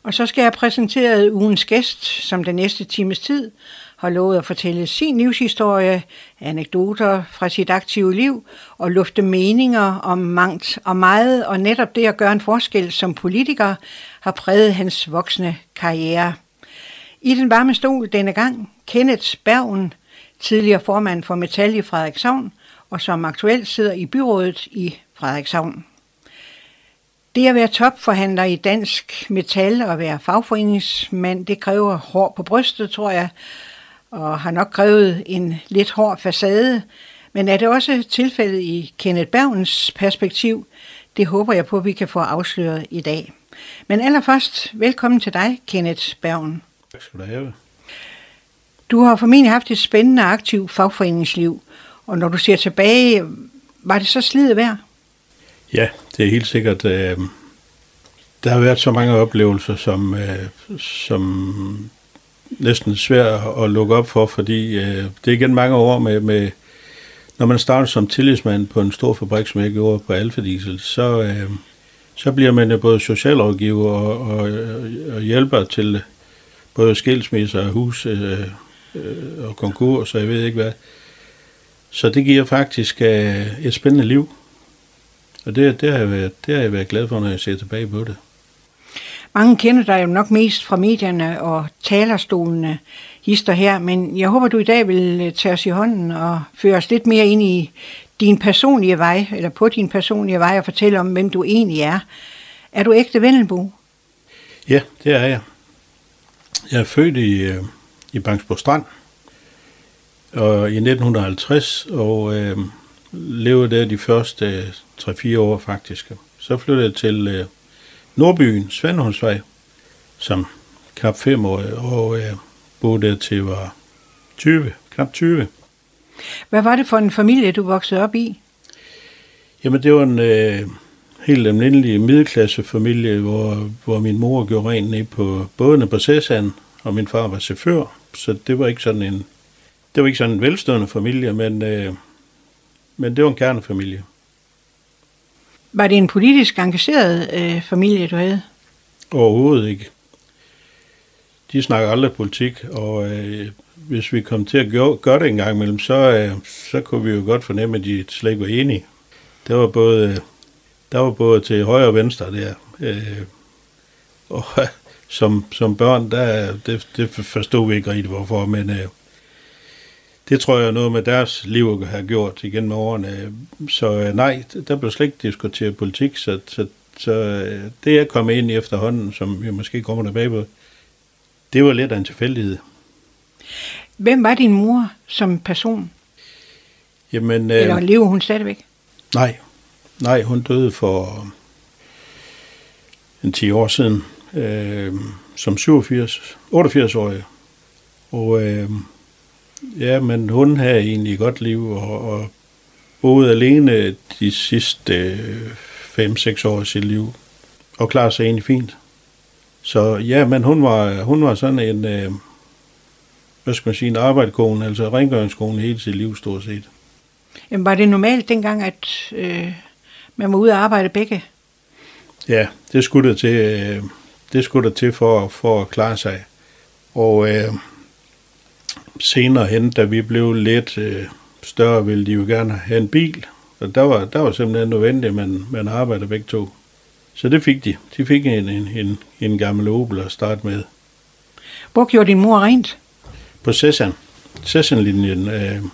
Og så skal jeg præsentere ugens gæst, som den næste times tid har lovet at fortælle sin livshistorie, anekdoter fra sit aktive liv og lufte meninger om mangt og meget, og netop det at gøre en forskel som politiker har præget hans voksne karriere. I den varme stol denne gang, Kenneth Bergen, tidligere formand for Metal i Frederikshavn, og som aktuelt sidder i byrådet i Frederikshavn. Det at være topforhandler i Dansk Metal og være fagforeningsmand, det kræver hår på brystet, tror jeg, og har nok krævet en lidt hård facade. Men er det også tilfældet i Kenneth Bergens perspektiv? Det håber jeg på, at vi kan få afsløret i dag. Men allerførst, velkommen til dig, Kenneth Bergen. Tak skal du have. Du har formentlig haft et spændende og aktivt fagforeningsliv, og når du ser tilbage, var det så sliddet værd? Ja, det er helt sikkert. Der har været så mange oplevelser, som næsten er svært at lukke op for, fordi det er igen mange år med når man starter som tillidsmand på en stor fabrik, som jeg gjorde på Alfa Diesel, så bliver man både socialrådgiver og hjælper til både skilsmisser og hus og konkurs, og jeg ved ikke hvad. Så det giver faktisk et spændende liv. Og det har jeg været glad for, når jeg ser tilbage på det. Mange kender dig jo nok mest fra medierne og talerstolene hister her, men jeg håber, du i dag vil tage os i hånden og føre os lidt mere ind i din personlige vej, eller på din personlige vej, og fortælle om, hvem du egentlig er. Er du ægte Vendelbo? Ja, det er jeg. Jeg er født i Bangsbo Strand og i 1950, og levede der de første 3-4 år faktisk. Så flyttede jeg til Nordbyen, Svanholmsvej, som knap 5 år, og boede der til var knap 20. Hvad var det for en familie, du voksede op i? Jamen, det var en helt almindelig middelklassefamilie, hvor min mor gjorde rent ned på bådene på Cæsaren, og min far var chauffør, så det var ikke sådan en velstående familie, men det var en kernefamilie. Var det en politisk engageret familie, du havde? Overhovedet ikke. De snakker aldrig politik, og hvis vi kom til at gøre det en gang imellem, så kunne vi jo godt fornemme, at de slet ikke var enige. Der var både til højre og venstre der. Og som børn, det forstod vi ikke rigtig hvorfor, men det tror jeg er noget med deres liv har gjort igen med årene. Så nej, der blev slet ikke diskuteret politik, så det jeg kom ind i efterhånden, som vi måske kommer tilbage på, det var lidt af en tilfældighed. Hvem var din mor som person? Jamen, eller lever hun stadigvæk? Nej, hun døde for en 10 år siden, som 88-årig. Og ja, men hun havde egentlig et godt liv, og boede alene de sidste 5-6 år af sit liv, og klarede sig egentlig fint. Så ja, men hun var sådan en, hvad skal man sige, en arbejdskone, altså rengøringskone hele sit liv stort set. Jamen, var det normalt dengang, at man var ude og arbejde begge? Ja, det skulle der til for at klare sig. Og senere hen, da vi blev lidt større, ville de jo gerne have en bil. Og der var simpelthen nødvendigt, at man arbejder begge to. Så det fik de. De fik en gammel Opel at starte med. Hvor gjorde din mor rent? På Cæsaren-linjen.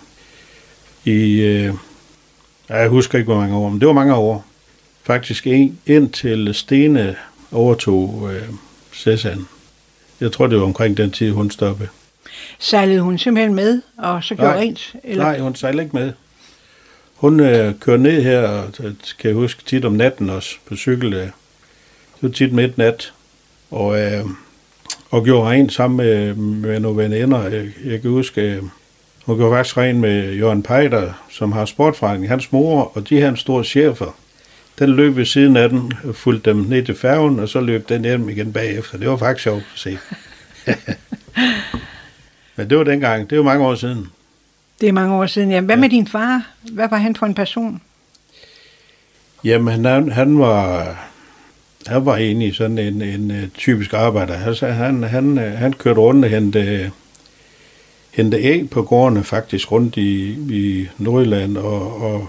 Jeg husker ikke, hvor mange år, men det var mange år. Faktisk indtil Stene overtog Cæsaren. Jeg tror, det var omkring den tid, hun stoppede. Sejlede hun simpelthen med, og så gjorde rent? Eller? Nej, hun sejlede ikke med. Hun kørte ned her, og kan jeg huske, tit om natten også på cykel. Det var tit midt nat, og gjorde rent sammen med nogle veninder. Jeg kan huske, hun gjorde faktisk rent med Jørgen Pejder, som har sportforretning, hans mor, og de her en stor chefer. Den løb ved siden af den, fulgte dem ned til færgen, og så løb den hjem igen bagefter. Det var faktisk sjovt at se. Men det var dengang, det var mange år siden. Det er mange år siden, ja. Hvad med din far? Hvad var han for en person? Jamen, han var Han var egentlig sådan en typisk arbejder. Altså, han kørte rundt og hente æg på gårdene, faktisk rundt i Nordjylland, og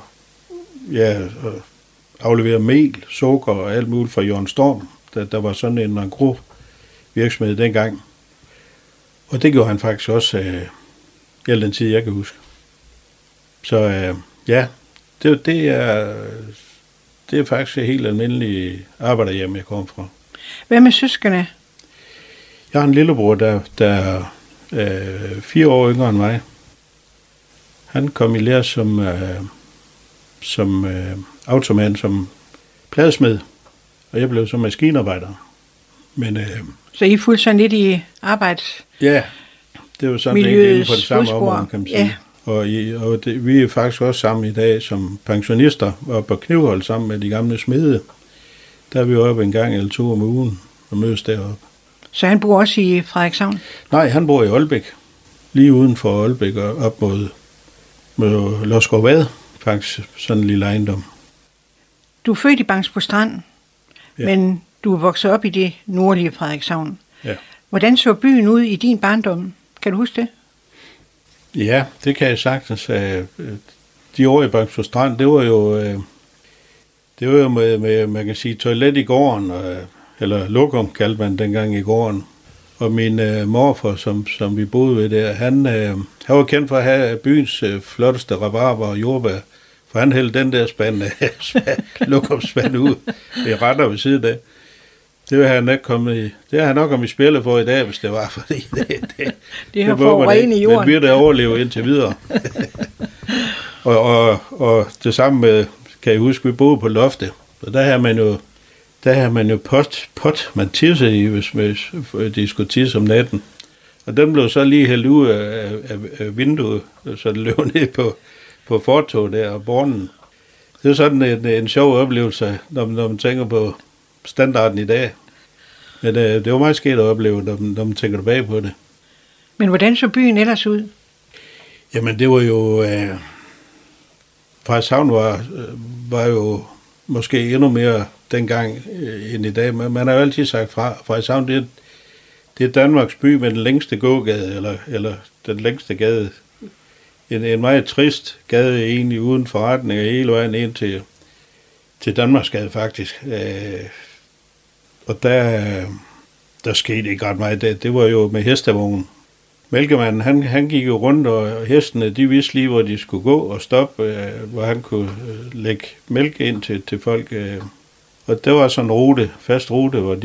aflevere mel, sukker og alt muligt fra Jørgen Storm. Der var sådan en agro-virksomhed dengang. Og det gjorde han faktisk også i al den tid, jeg kan huske. Så det er faktisk et helt almindeligt arbejderhjem, jeg kommer fra. Hvad med søskende? Jeg har en lillebror, der er 4 år yngre end mig. Han kom i lære som automand, som pladesmed, og jeg blev som maskinarbejder. Men, så I fulgte sådan lidt i arbejds... Ja, det var sådan lidt inden for det samme område, kan man sige. Ja. Og vi er faktisk også sammen i dag som pensionister, og på knivhold sammen med de gamle smede. Der er vi oppe en gang eller 2 om ugen og mødes deroppe. Så han bor også i Frederikshavn? Nej, han bor i Aalbæk. Lige uden for Aalbæk og op mod Losgårdvad, faktisk sådan en lille ejendom. Du er født i Bangsbo Strand, ja. Men du er vokset op i det nordlige Frederikshavn. Ja. Hvordan så byen ud i din barndom? Kan du huske det? Ja, det kan jeg sagtens. De år i Bangsbo Strand, det var jo med man kan sige, toilet i gården, eller lokum kaldte man dengang i gården. Og min morfar, som vi boede ved der, han var kendt for at have byens flotteste rabarber og jordbær. For han hældte den der lokumspand ud i retter ved siden af. Det har han nok kommet i spillet for i dag, hvis det var, fordi det har forurenet jorden. Men vi er der overleve indtil videre. og det samme med, kan jeg huske, vi boede på loftet, og der har man jo pot, man tisser i, hvis de skulle tisse om natten. Og den blev så lige hældt ud af vinduet, så det løb ned på fortovet der og bornen. Det er sådan en sjov oplevelse, når man tænker på standarden i dag. Men det var meget sket at opleve, når man tænker tilbage på det. Men hvordan så byen ellers ud? Jamen det var jo... Frederikshavn var jo måske endnu mere dengang end i dag. Man har jo altid sagt, Frederikshavn det er Danmarks by med den længste gågade, eller den længste gade. En meget trist gade egentlig, uden forretninger hele vejen ind til Danmarksgade faktisk. Og der skete ikke ret meget. Det var jo med hestevognen. Mælkemanden, han gik jo rundt, og hestene, de vidste lige, hvor de skulle gå og stoppe, hvor han kunne lægge mælk ind til folk. Og der var sådan en fast rute, hvor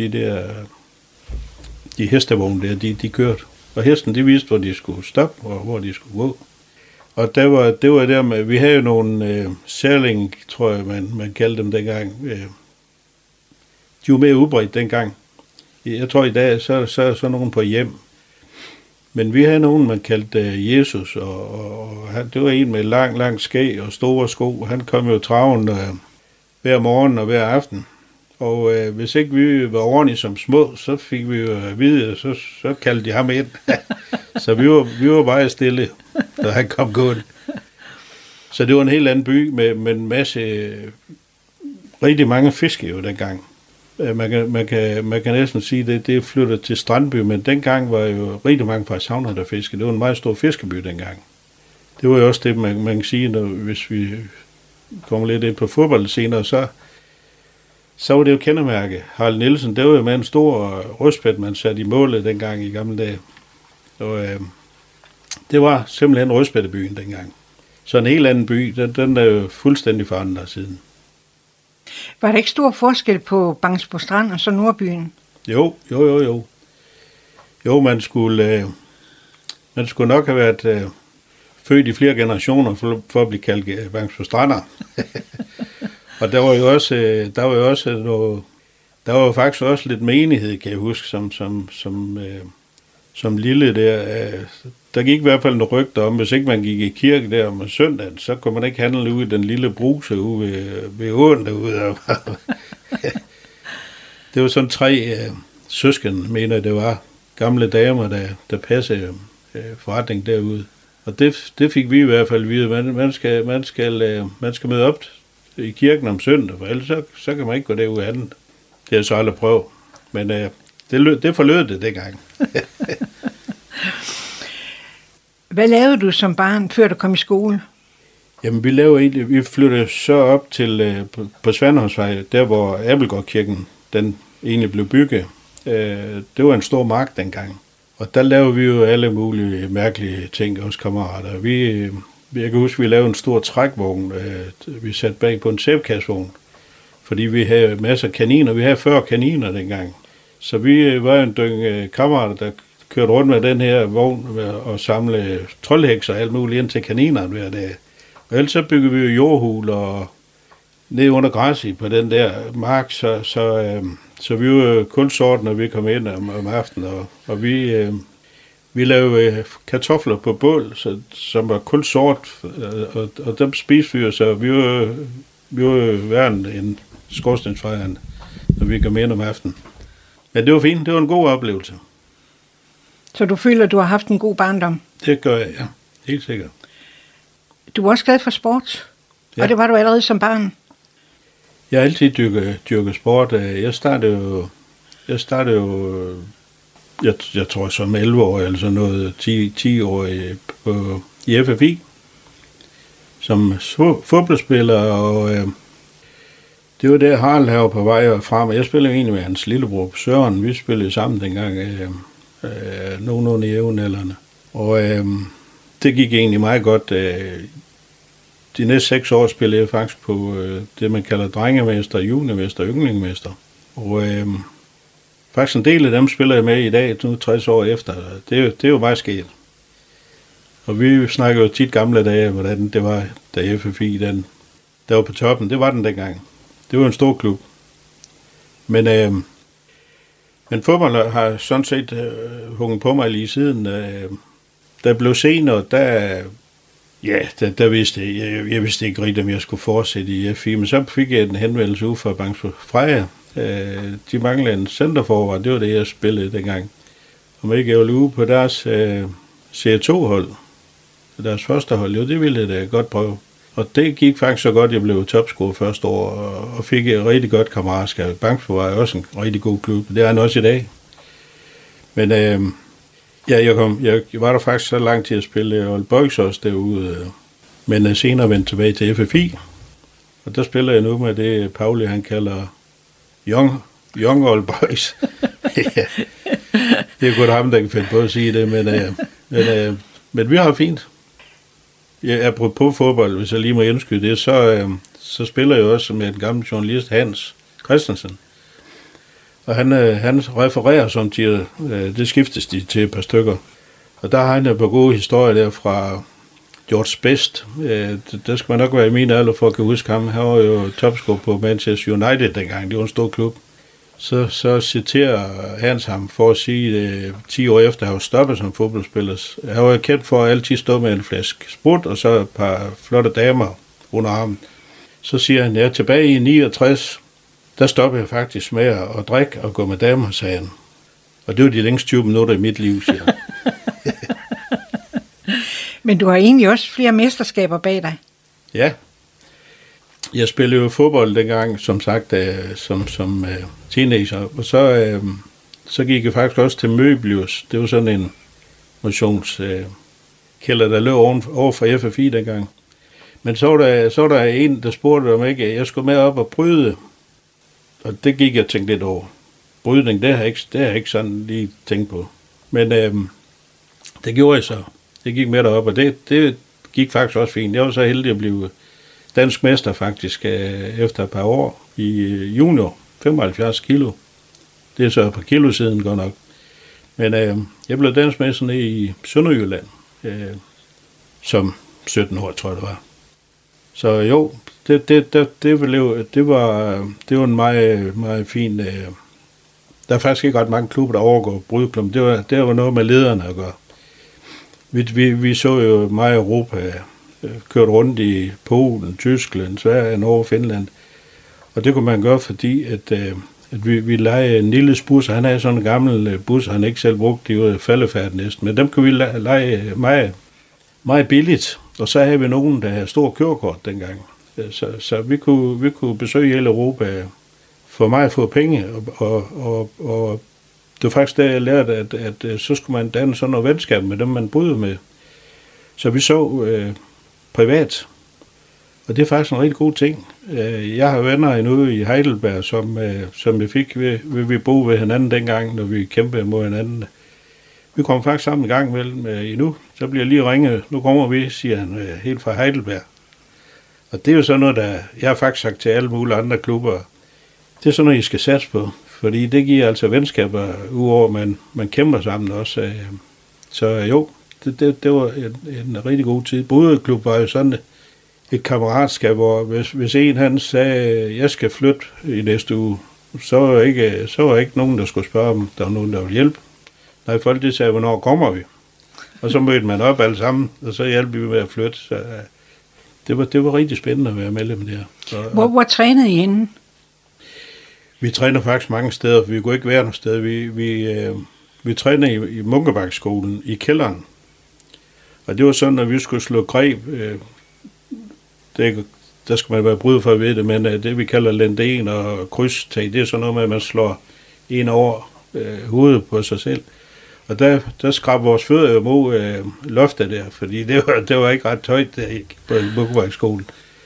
de hestevogne der, de kørte. Og hesten, de vidste, hvor de skulle stoppe, og hvor de skulle gå. Og det var der med, vi havde jo nogle særling, tror jeg, man kaldte dem dengang. De var mere udbredt dengang. Jeg tror i dag, så er sådan nogen på hjem. Men vi havde nogen, man kaldte Jesus, og det var en med lang skæg og store sko. Han kom jo traven hver morgen og hver aften. Og hvis ikke vi var ordentligt som små, så fik vi jo at vide, så kaldte de ham ind. Så vi var bare stille, da han kom gående. Så det var en helt anden by med en masse, rigtig mange fiske jo dengang. Man kan næsten sige, at det flyttede til Strandby, men dengang var jo rigtig mange frederikshavnere, der fiskede. Det var en meget stor fiskeby dengang. Det var jo også det, man kan sige, hvis vi kommer lidt ind på fodbold senere, så var det jo kendemærke. Harald Nielsen, det var jo med en stor rødspæt, man satte i målet dengang i gamle dage. Og det var simpelthen rødspættebyen dengang. Så en helt anden by, den er jo fuldstændig forandret siden. Var der ikke stor forskel på Bangsbo Strand og så Nordbyen? Jo. Jo, man skulle nok have været født i flere generationer for at blive kaldt Bangsbo Strander. Og der var jo faktisk også lidt menighed, kan jeg huske, som lille der. Der gik i hvert fald nogle rygter om, hvis ikke man gik i kirke der om søndagen, så kunne man ikke handle ud i den lille bruse ude ved åen derude. Det var sådan 3 søskende, mener det var, gamle damer, der passede forretning derude. Og det fik vi i hvert fald vide. Man skal møde op i kirken om søndag, for ellers så kan man ikke gå derud andet. har jeg så aldrig prøvet. Men det forlød det dengang. Hvad lavede du som barn, før du kom i skole? Jamen, vi flyttede så op til på Svanholmsvej, der hvor Abelgårdkirken, den egentlig blev bygget. Det var en stor mark dengang. Og der lavede vi jo alle mulige mærkelige ting, os kammerater. Jeg kan huske, vi lavede en stor trækvogn. Vi satte bag på en sæbekassevogn, fordi vi havde masser af kaniner. Vi havde 40 kaniner dengang. Så vi var en dyng kammerater, der kørte rundt med den her vogn og samlede troldhekser og alt muligt ind til kaninerne hver dag. Og ellers så byggede vi jo jordhuler ned under græsset på den der mark, så vi var kulsorte, når vi kom ind om aftenen, og vi lavede kartofler på bål, som var kulsort, og dem spiste vi, så vi var værre en skorstensfejren, når vi kom ind om aftenen. Men det var fint, det var en god oplevelse. Så du føler, at du har haft en god barndom? Det gør jeg, ja. Helt sikkert. Du var også glad for sport, ja. Og det var du allerede som barn? Jeg har altid dyrket sport. Jeg startede jo, jeg tror som 11 år, eller sådan noget, 10 år i FFI, som fodboldspiller, og det var der Harald her på vej frem, og jeg spillede egentlig med hans lillebror Søren. Vi spillede sammen dengang, nogenlunde i jævnaldrende. Og det gik egentlig meget godt. De næste 6 år spillede jeg faktisk på det, man kalder drengemester, juniormester og yndlingmester. Og faktisk en del af dem spiller jeg med i dag, nu 60 år efter. Det er jo meget sket. Og vi snakker jo tit gamle dage, hvordan det var, da FFI der var på toppen. Det var den dengang. Det var en stor klub. Men fodbold har sådan set hugget på mig lige siden. Der blev senere, der vidste jeg vidste ikke rigtigt, om jeg skulle fortsætte i FI, men så fik jeg en henvendelse ud fra Bangsbo Freja. De manglede en centerforvar, det var det, jeg spillede dengang. Om ikke jeg ville ude på deres C2-hold, deres første hold, jo, det ville jeg da godt prøve. Og det gik faktisk så godt, at jeg blev topscorer første år, og fik et rigtig godt kammeratskab. Bangsbo var også en rigtig god klub, det er han også i dag. Men jeg var der faktisk så lang tid at spille Old Boys også derude, men senere vendte tilbage til FFI. Og der spiller jeg nu med det, Pauli han kalder Young Old Boys. Ja, det er godt ham, der kan finde på at sige det, men vi har fint. Apropos fodbold, hvis jeg lige må indskyde det, så spiller jeg også med den gamle journalist Hans Christensen. Og han refererer som til, det skiftes de til et par stykker. Og der har han et par gode historier der fra George Best. Der skal man nok være i min alder for at kunne huske ham. Han var jo topscorer på Manchester United dengang, det var en stor klub. Så citerer Hans ham for at sige, 10 år efter han var stoppet som fodboldspiller. Han var kendt for at altid stå med en flaske sprut og så et par flotte damer under armen. Så siger han, tilbage i 69, der stoppede jeg faktisk med at drikke og gå med damer, sagde han. Og det var de længste 20 minutter i mit liv, siger han. Men du har egentlig også flere mesterskaber bag dig. Ja. Jeg spillede jo fodbold dengang, som sagt, som teenager. Og så gik jeg faktisk også til Møblius. Det var sådan en motionskælder, der løb over for FFI dengang. Men så var der en, der spurgte om ikke, jeg skulle med op og bryde. Og det gik jeg tænkt lidt over. Brydning, det har jeg ikke sådan lige tænkt på. Men det gjorde jeg så. Jeg gik med derop, og det gik faktisk også fint. Jeg var så heldig at blive dansk mester faktisk efter et par år i junior, 75 kilo. Det er så et par kilo siden godt nok. Men jeg blev dansk mester nede i Sønderjylland, som 17 år, tror jeg det var. Så jo, det var en meget, meget fin. Der er faktisk ikke ret mange klubber, der overgår brydklubben. Det var noget med lederne at gøre. Vi så jo meget Europa, kørt rundt i Polen, Tyskland, Sverige, Norge, Finland. Og det kunne man gøre, fordi at vi lejede en lille bus, og han havde sådan en gammel bus, han ikke selv brugte, de var faldefærd næsten. Men dem kunne vi lege meget, meget billigt. Og så havde vi nogen, der havde stor kørekort dengang. Så vi kunne besøge hele Europa for meget få penge, og det var faktisk der, jeg lærte, at så skulle man danne sådan noget venskab med dem, man boede med. Så vi så privat, og det er faktisk en rigtig god ting. Jeg har venner endnu i Heidelberg, som vi fik ved vi bo ved hinanden dengang, når vi kæmpede mod hinanden. Vi kom faktisk sammen en gang imellem endnu. Så bliver lige ringet, nu kommer vi, siger han, helt fra Heidelberg. Og det er jo sådan noget, jeg har faktisk sagt til alle mulige andre klubber, det er sådan noget, I skal satse på. Fordi det giver altså venskaber, udover man kæmper sammen også. Så jo, det var en rigtig god tid. Bodeklub var jo sådan et kammeratskab, hvor hvis en han sagde, jeg skal flytte i næste uge, så var ikke nogen, der skulle spørge, om der var nogen, der ville hjælpe. Nej, folk det sagde, hvornår kommer vi? Og så mødte man op alle sammen, og så hjalp vi med at flytte. Så det var rigtig spændende at være medlem der. Hvor trænede I henne? Vi træner faktisk mange steder, for vi kunne ikke være nogen steder. Vi træner i Munkebakkeskolen i kælderen. Og det var sådan, at vi skulle slå greb. Der skal man være bryde for at vide det, men det vi kalder lenden og krydstag, det er sådan noget med, at man slår en over hovedet på sig selv. Og der skrabte vores fødder mod loftet der, fordi det var ikke ret højt der på Munkebakkeskolen.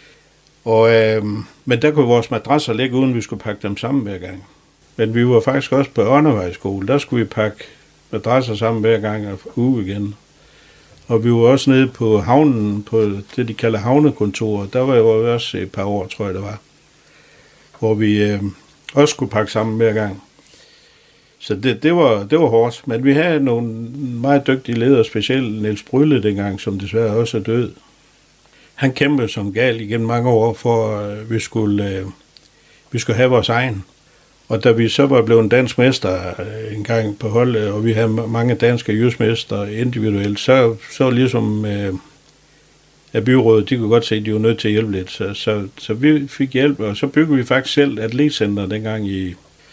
Men der kunne vores madrasser ligge, uden vi skulle pakke dem sammen hver gang. Men vi var faktisk også på Åndevejsskole. Der skulle vi pakke madrasser sammen hver gang og uge igen. Og vi var også nede på havnen, på det de kalder havnekontoret. Der var jeg også et par år, tror jeg det var. Hvor vi også skulle pakke sammen hver gang. Så det var hårdt. Men vi havde nogle meget dygtige ledere, specielt Niels Brylle dengang, som desværre også er død. Han kæmpede som gal igennem mange år for, at vi skulle have vores egen. Og da vi så var blevet dansk mester en gang på holdet, og vi havde mange danske jyskmestre individuelt, så ligesom af byrådet, de kunne godt se, at de var nødt til at hjælpe lidt. Så vi fik hjælp, og så byggede vi faktisk selv atletcenter dengang i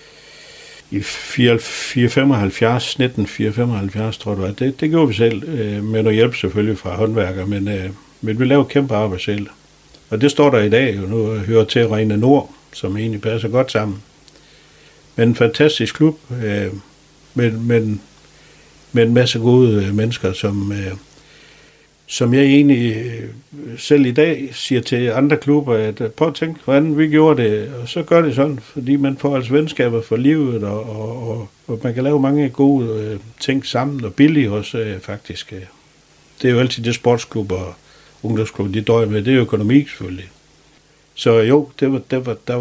1975, tror jeg det var. Det gjorde vi selv, med noget hjælp selvfølgelig fra håndværker, men vi lavede kæmpe arbejde selv. Og det står der i dag jo nu, hører til Rene Nord, som egentlig passer godt sammen. Men en fantastisk klub, med en masse gode mennesker, som jeg egentlig selv i dag siger til andre klubber, at prøv at tænke, hvordan vi gjorde det, og så gør det sådan, fordi man får altså venskaber for livet, og man kan lave mange gode ting sammen, og billigt også faktisk. Det er jo altid det sportsklubber og ungdomsklubber, de døjer med, det er økonomi selvfølgelig. Så jo, der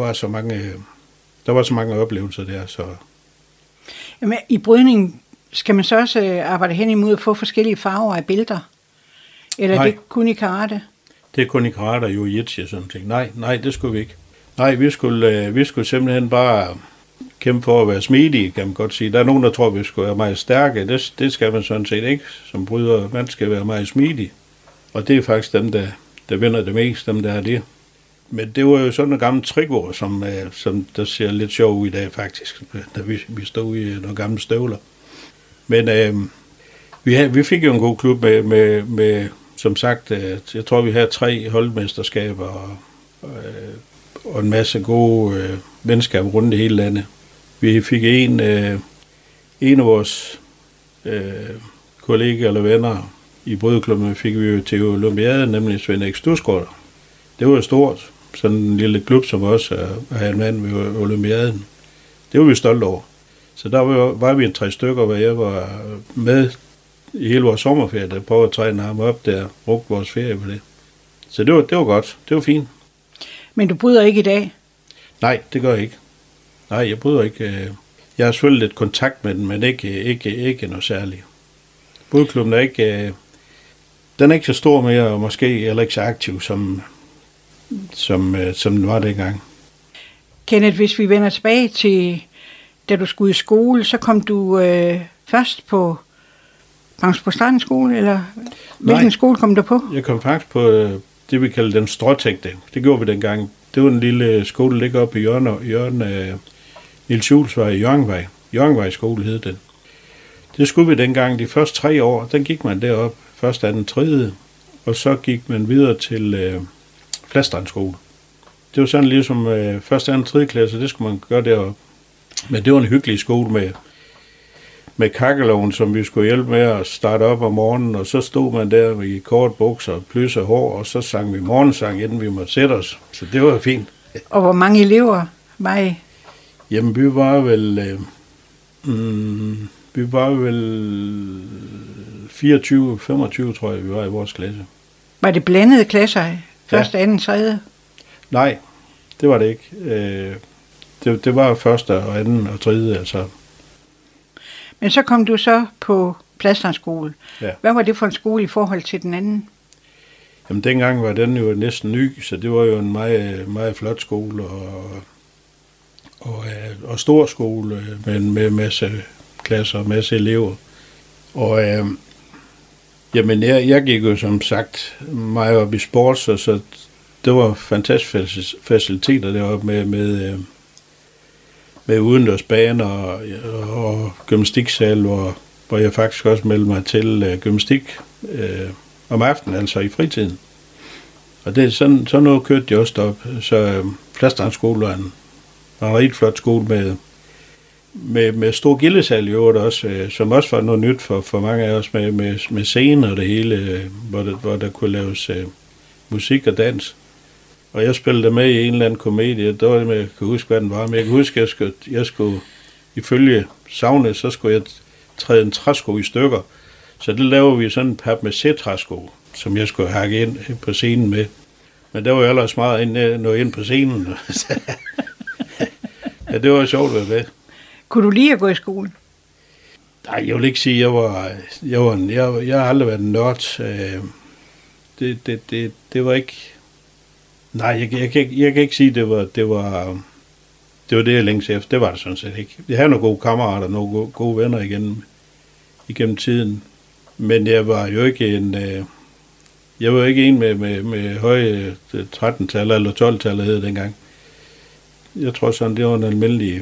var så mange oplevelser der. Så. Jamen, i brydning skal man så også arbejde hen imod at få forskellige farver af bælter? Eller er det kun i karate? Det er kun i karate og jiu-jitsu og sådan ting. Nej, det skulle vi ikke. Nej, vi skulle simpelthen bare kæmpe for at være smidige, kan man godt sige. Der er nogen, der tror, vi skulle være meget stærke. Det skal man sådan set ikke som bryder. Man skal være meget smidig. Og det er faktisk dem, der vinder det mest, dem der er det. Men det var jo sådan en gammel trikord, som der ser lidt sjov ud i dag faktisk, da vi stod i nogle gamle støvler. Men vi fik jo en god klub med som sagt, jeg tror vi havde 3 holdmesterskaber og en masse gode venskaber rundt i hele landet. Vi fik en af vores kollegaer eller venner i Brydeklubben, fik vi jo til Olympiaden, nemlig Svend Erik Stusgaard. Det var jo stort. Sådan en lille klub, som også havde en mand ved Olympiaden. Det var vi stolte over. Så der var vi 3 stykker, hvor jeg var med i hele vores sommerferie, der prøvede at træne ham op der, brugte vores ferie på det. Så det var godt. Det var fint. Men du bryder ikke i dag? Nej, det gør jeg ikke. Nej, jeg bryder ikke. Jeg har selvfølgelig lidt kontakt med den, men ikke noget særligt. Brydeklubben er ikke... Den er ikke så stor mere, og måske heller ikke så aktiv, som den var dengang. Kenneth, hvis vi vender tilbage til, da du skulle i skole, så kom du først på Bangsbo skole, eller hvilken skole kom du på? Jeg kom faktisk på det, vi kalder den stråtægte. Det gjorde vi dengang. Det var en lille skole, der ligger oppe i hjørnet Niels Juelsvej i Jørgenvej. Jørgenvej skole hed den. Det skulle vi dengang de første 3 år. Den gik man derop, først, anden, tredje, og så gik man videre til Fladstrandskole. det var sådan ligesom 1., 2., 3. klasse, det skulle man gøre deroppe. Men det var en hyggelig skole med kakkeloven, som vi skulle hjælpe med at starte op om morgenen, og så stod man der i kort bukser og pløs hår, og så sang vi morgensang, inden vi måtte sætte os. Så det var fint. Og hvor mange elever var I? Jamen, vi var vel 24-25, tror jeg, vi var i vores klasse. Var det blandede klasser? Første, anden, tredje? Nej, det var det ikke. Det var første og anden og tredje, altså. Men så kom du så på Pladslandsskole. Ja. Hvad var det for en skole i forhold til den anden? Jamen, dengang var den jo næsten ny, så det var jo en meget, meget flot skole og stor skole med en masse klasser og masse elever. Og jamen, jeg gik jo som sagt meget op i sport, så det var fantastiske faciliteter deroppe med udendørsbaner og gymnastiksal, hvor jeg faktisk også meldte mig til gymnastik om aftenen, altså i fritiden. Og det er sådan noget kørte de også op. Så Pladslandsskole var en rigtig flot skole med stor gildesal i øvrigt også, som også var noget nyt for mange af os med scene og det hele, hvor der kunne laves musik og dans. Og jeg spillede med i en eller anden komedie, der var det med, jeg kan huske, hvad den var, men jeg kan huske, at jeg skulle ifølge savnet, så skulle jeg træde en træsko i stykker. Så det lavede vi sådan en papmaché-træsko, som jeg skulle hakke ind på scenen med. Men der var jo ellers meget nå ind på scenen. Ja, det var sjovt at være med. Kunne du lide at gå i skole? Nej, jeg vil ikke sige, jeg har aldrig været en nørd. Det var ikke... Nej, jeg kan ikke sige, det var det, jeg længtes efter. Det var det sådan set ikke. Jeg havde nogle gode kammerater, nogle gode venner igennem tiden. Men jeg var jo ikke en med høje 13-tal eller 12-tallet hed dengang. Jeg tror sådan, det var en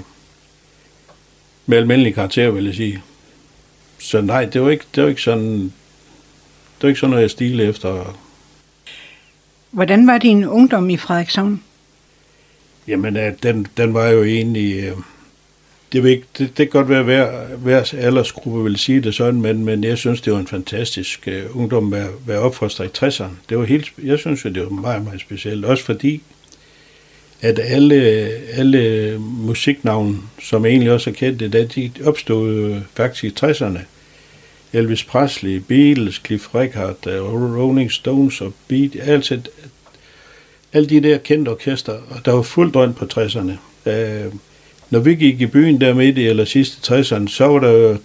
almindelig karakter, vil jeg sige. Så nej, det var ikke sådan noget, jeg stilede efter. Hvordan var din ungdom i Frederikshavn? Jamen, den var jo egentlig... Det kan godt være, hver aldersgruppe vil sige det sådan, men jeg synes, det var en fantastisk ungdom at være opfostret i 60'erne. Jeg synes, det var meget, meget specielt. Også fordi, at alle musiknavne, som egentlig også er kendte, de opstod faktisk i 60'erne. Elvis Presley, Beatles, Cliff Richard, Rolling Stones og Beat, alle de der kendte orkester, og der var fuldt drøn på 60'erne. Når vi gik i byen der midt i eller sidste 60'erne, så var der jo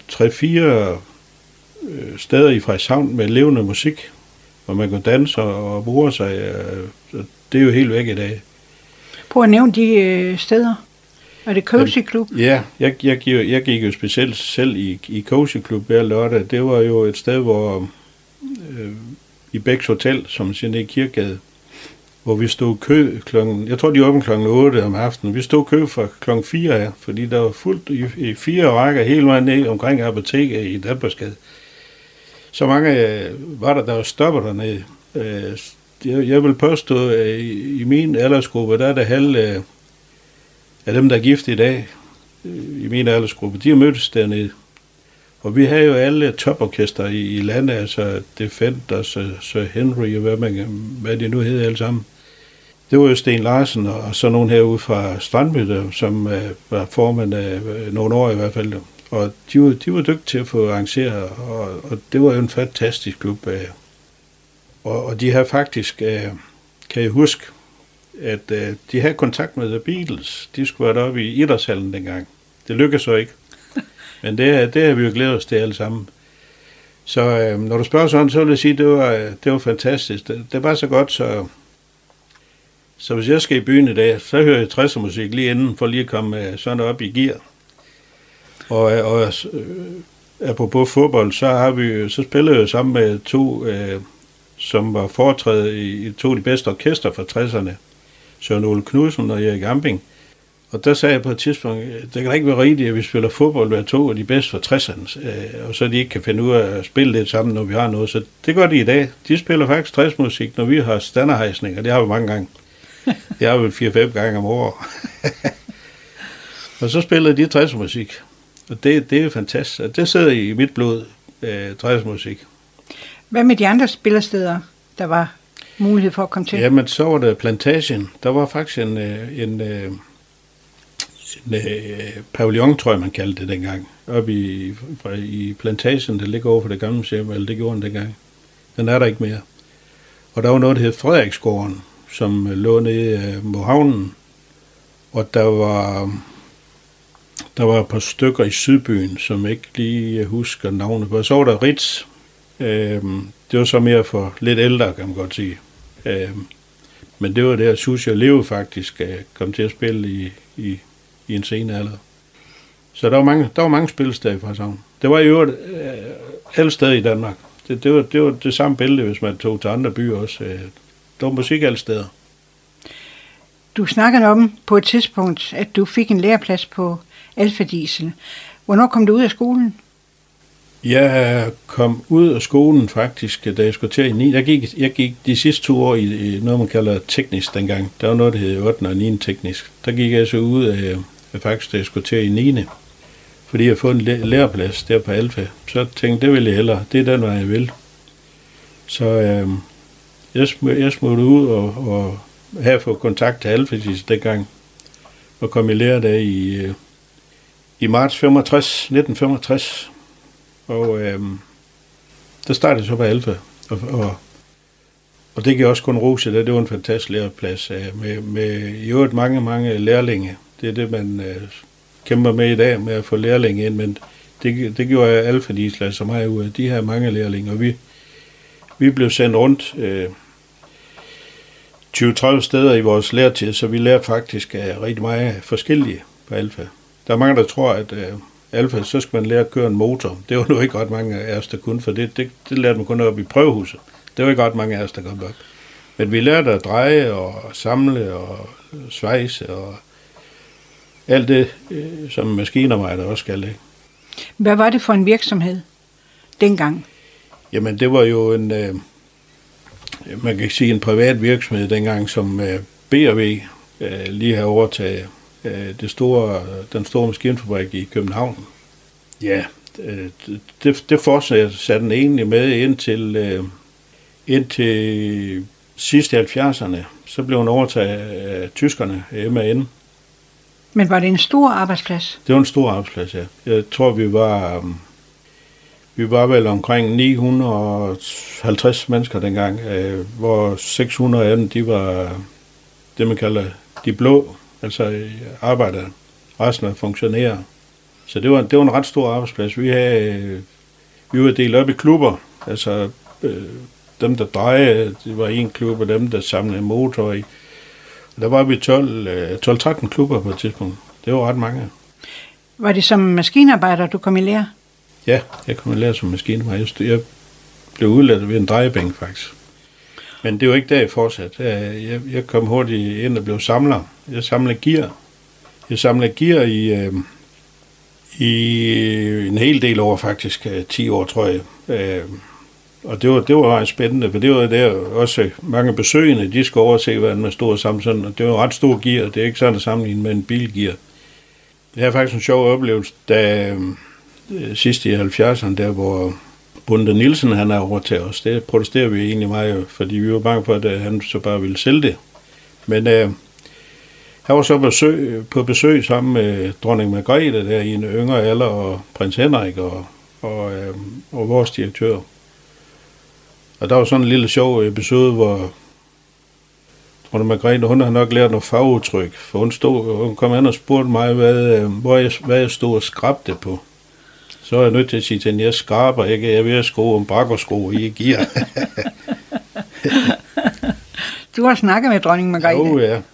3-4 steder i Frederikshavn med levende musik, hvor man kunne danse og bruge sig. Det er jo helt væk i dag. Prøv at nævne de steder. Er det Cozy Club? Ja, jeg gik jo specielt selv i Cozy Club hver lørdag. Det var jo et sted, hvor i Bæks Hotel, som man siger, i Kirkegade, hvor vi stod kø jeg tror de åbnede klokken 8 om aftenen. Vi stod kø fra klokken 4 af, fordi der var fuldt i 4 rækker hele vejen ned omkring apoteket i Danmarksgade. Så mange var der var stoppet dernede. Jeg vil påstå, at i min aldersgruppe, der er det halv af dem, der er gift i dag, i min aldersgruppe, de har mødtes dernede. Og vi havde jo alle toporkester i landet, altså Defenders, Sir Henry og hvad de nu hed alle sammen. Det var jo Sten Larsen og så nogen herude fra Strandby, som var formand af nogle år i hvert fald. Og de var dygtige til at få arrangeret, og det var jo en fantastisk klub. Og de har faktisk, kan jeg huske, at de havde kontakt med The Beatles. De skulle være deroppe i Idrætshallen dengang. Det lykkedes så ikke. Men det har vi jo glædet os til alle sammen. Så når du spørger sådan, så vil jeg sige, at det var fantastisk. Det var så godt, så hvis jeg skal i byen i dag, så hører jeg 60'er musik lige inden, for lige at komme sådan op i gear. Og apropos fodbold, så spillede jeg sammen med to, som var foretrædet i to af de bedste orkester fra 60'erne. Søren Ole Knudsen og Erik Amping. Og der sagde jeg på et tidspunkt, det kan ikke være rigtigt, at vi spiller fodbold ved to af de bedste fra 60'erne, og så de ikke kan finde ud af at spille lidt sammen, når vi har noget. Så det gør de i dag. De spiller faktisk 60'musik, når vi har standardhejsning, og det har vi mange gange. Jeg har vel 4-5 gange om året. Og så spillede de 60'er musik. Og det er fantastisk. Det sidder i mit blod, 60'er musik. Hvad med de andre spillersteder, der var mulighed for at komme til? Jamen, så var der Plantagen. Der var faktisk en pavillon, tror jeg, man kaldte det dengang. Oppe i Plantagen, der ligger over for det gamle museum, eller det gjorde den dengang. Den er der ikke mere. Og der var noget, der hed Frederiksgården, som lå nede mod havnen. Og der var et par stykker i Sydbyen, som ikke lige husker navnet på. Så var der Ritz. Det var så mere for lidt ældre, kan man godt sige. Men det var der, Susie og Leo faktisk kom til at spille i en sen alder. Så der var mange spillesteder i Frederikshavn. Det var i øvrigt alle steder i Danmark. Det var det samme billede, hvis man tog til andre byer også. Der var musik alle steder. Du snakkede om på et tidspunkt, at du fik en læreplads på Alfa Diesel. Hvornår kom du ud af skolen? Jeg kom ud af skolen faktisk, da jeg skulle til i 9. Jeg gik de sidste 2 år i noget, man kalder teknisk dengang. Der var noget, der hed 8. og 9. teknisk. Der gik jeg så ud af faktisk, da jeg skulle til i 9. Fordi jeg fået en læreplads der på Alfa. Så tænkte det vil jeg hellere. Det er den vej, jeg vil. Så jeg smuttede ud og havde fået kontakt til Alfa dengang. Og kom i lære der i marts 1965. Og der startede jeg så på Alfa. Og det kan også kun rose det. Det var en fantastisk læreplads med i øvrigt mange lærlinge. Det er det, man kæmper med i dag, med at få lærlinge ind. Men det gjorde Alfa Diesel så meget ud af. De her mange lærlinge. Og vi blev sendt rundt 20-30 steder i vores læretid, så vi lærte faktisk rigtig meget forskellige på Alfa. Der er mange, der tror, at Alfa, så skal man lære at køre en motor. Det var nu ikke ret mange af os, der kunne, for det lærte man kun op i prøvehuset. Det var ikke ret mange af os, der kom op. Men vi lærte at dreje og samle og svejse og alt det, som maskinarbejder også skal. Ikke? Hvad var det for en virksomhed dengang? Jamen, det var jo man kan sige en privat virksomhed dengang, som B&W lige har overtaget den store maskinfabrik i København. Ja, det fortsatte den egentlig med indtil sidst i 70'erne. Så blev den overtaget af tyskerne, MAN. Men var det en stor arbejdsplads? Det var en stor arbejdsplads, ja. Jeg tror, vi var vel omkring 950 mennesker dengang, hvor 600 af dem, de var det, man kalder de blå, altså arbejdere, resten af funktionærer. Så det var en ret stor arbejdsplads. Vi var delt op i klubber, altså dem, der drejede, det var en klub, og dem, der samlede motor i. Og der var vi 12-13 klubber på et tidspunkt. Det var ret mange. Var det som maskinarbejder, du kom i lære? Ja, jeg kom i lære som maskinarbejder. Jeg blev udlært ved en drejebænk, faktisk. Men det var ikke der, jeg fortsatte. Jeg kom hurtigt ind og blev samler. Jeg samlede gear. Jeg samlede gear i en hel del år, faktisk 10 år, tror jeg. Og det var meget spændende, for det var der også mange besøgende, de skulle overse, hvordan man stod sammen sådan, og det var ret stor gear, det er ikke sådan at sammenligne med en bilgear. Det er faktisk en sjov oplevelse, da sidst i 70'erne, der hvor Bunde Nielsen, han er over til os, det protesterer vi egentlig meget, fordi vi var bange for, at han så bare ville sælge det. Men han var så på besøg sammen med dronning Margrethe der i en yngre alder, og prins Henrik og vores direktør. Og der var sådan en lille sjov episode, hvor dronning Margrethe, hun har nok lært noget fagudtryk, for hun kom hen og spurgte mig, hvad jeg stod og skrabte på. Så er jeg nødt til at sige til hende, jeg skraber ikke, jeg er ved at skrue en brakkersko i gear. Du har snakket med dronning Margrethe. Ja.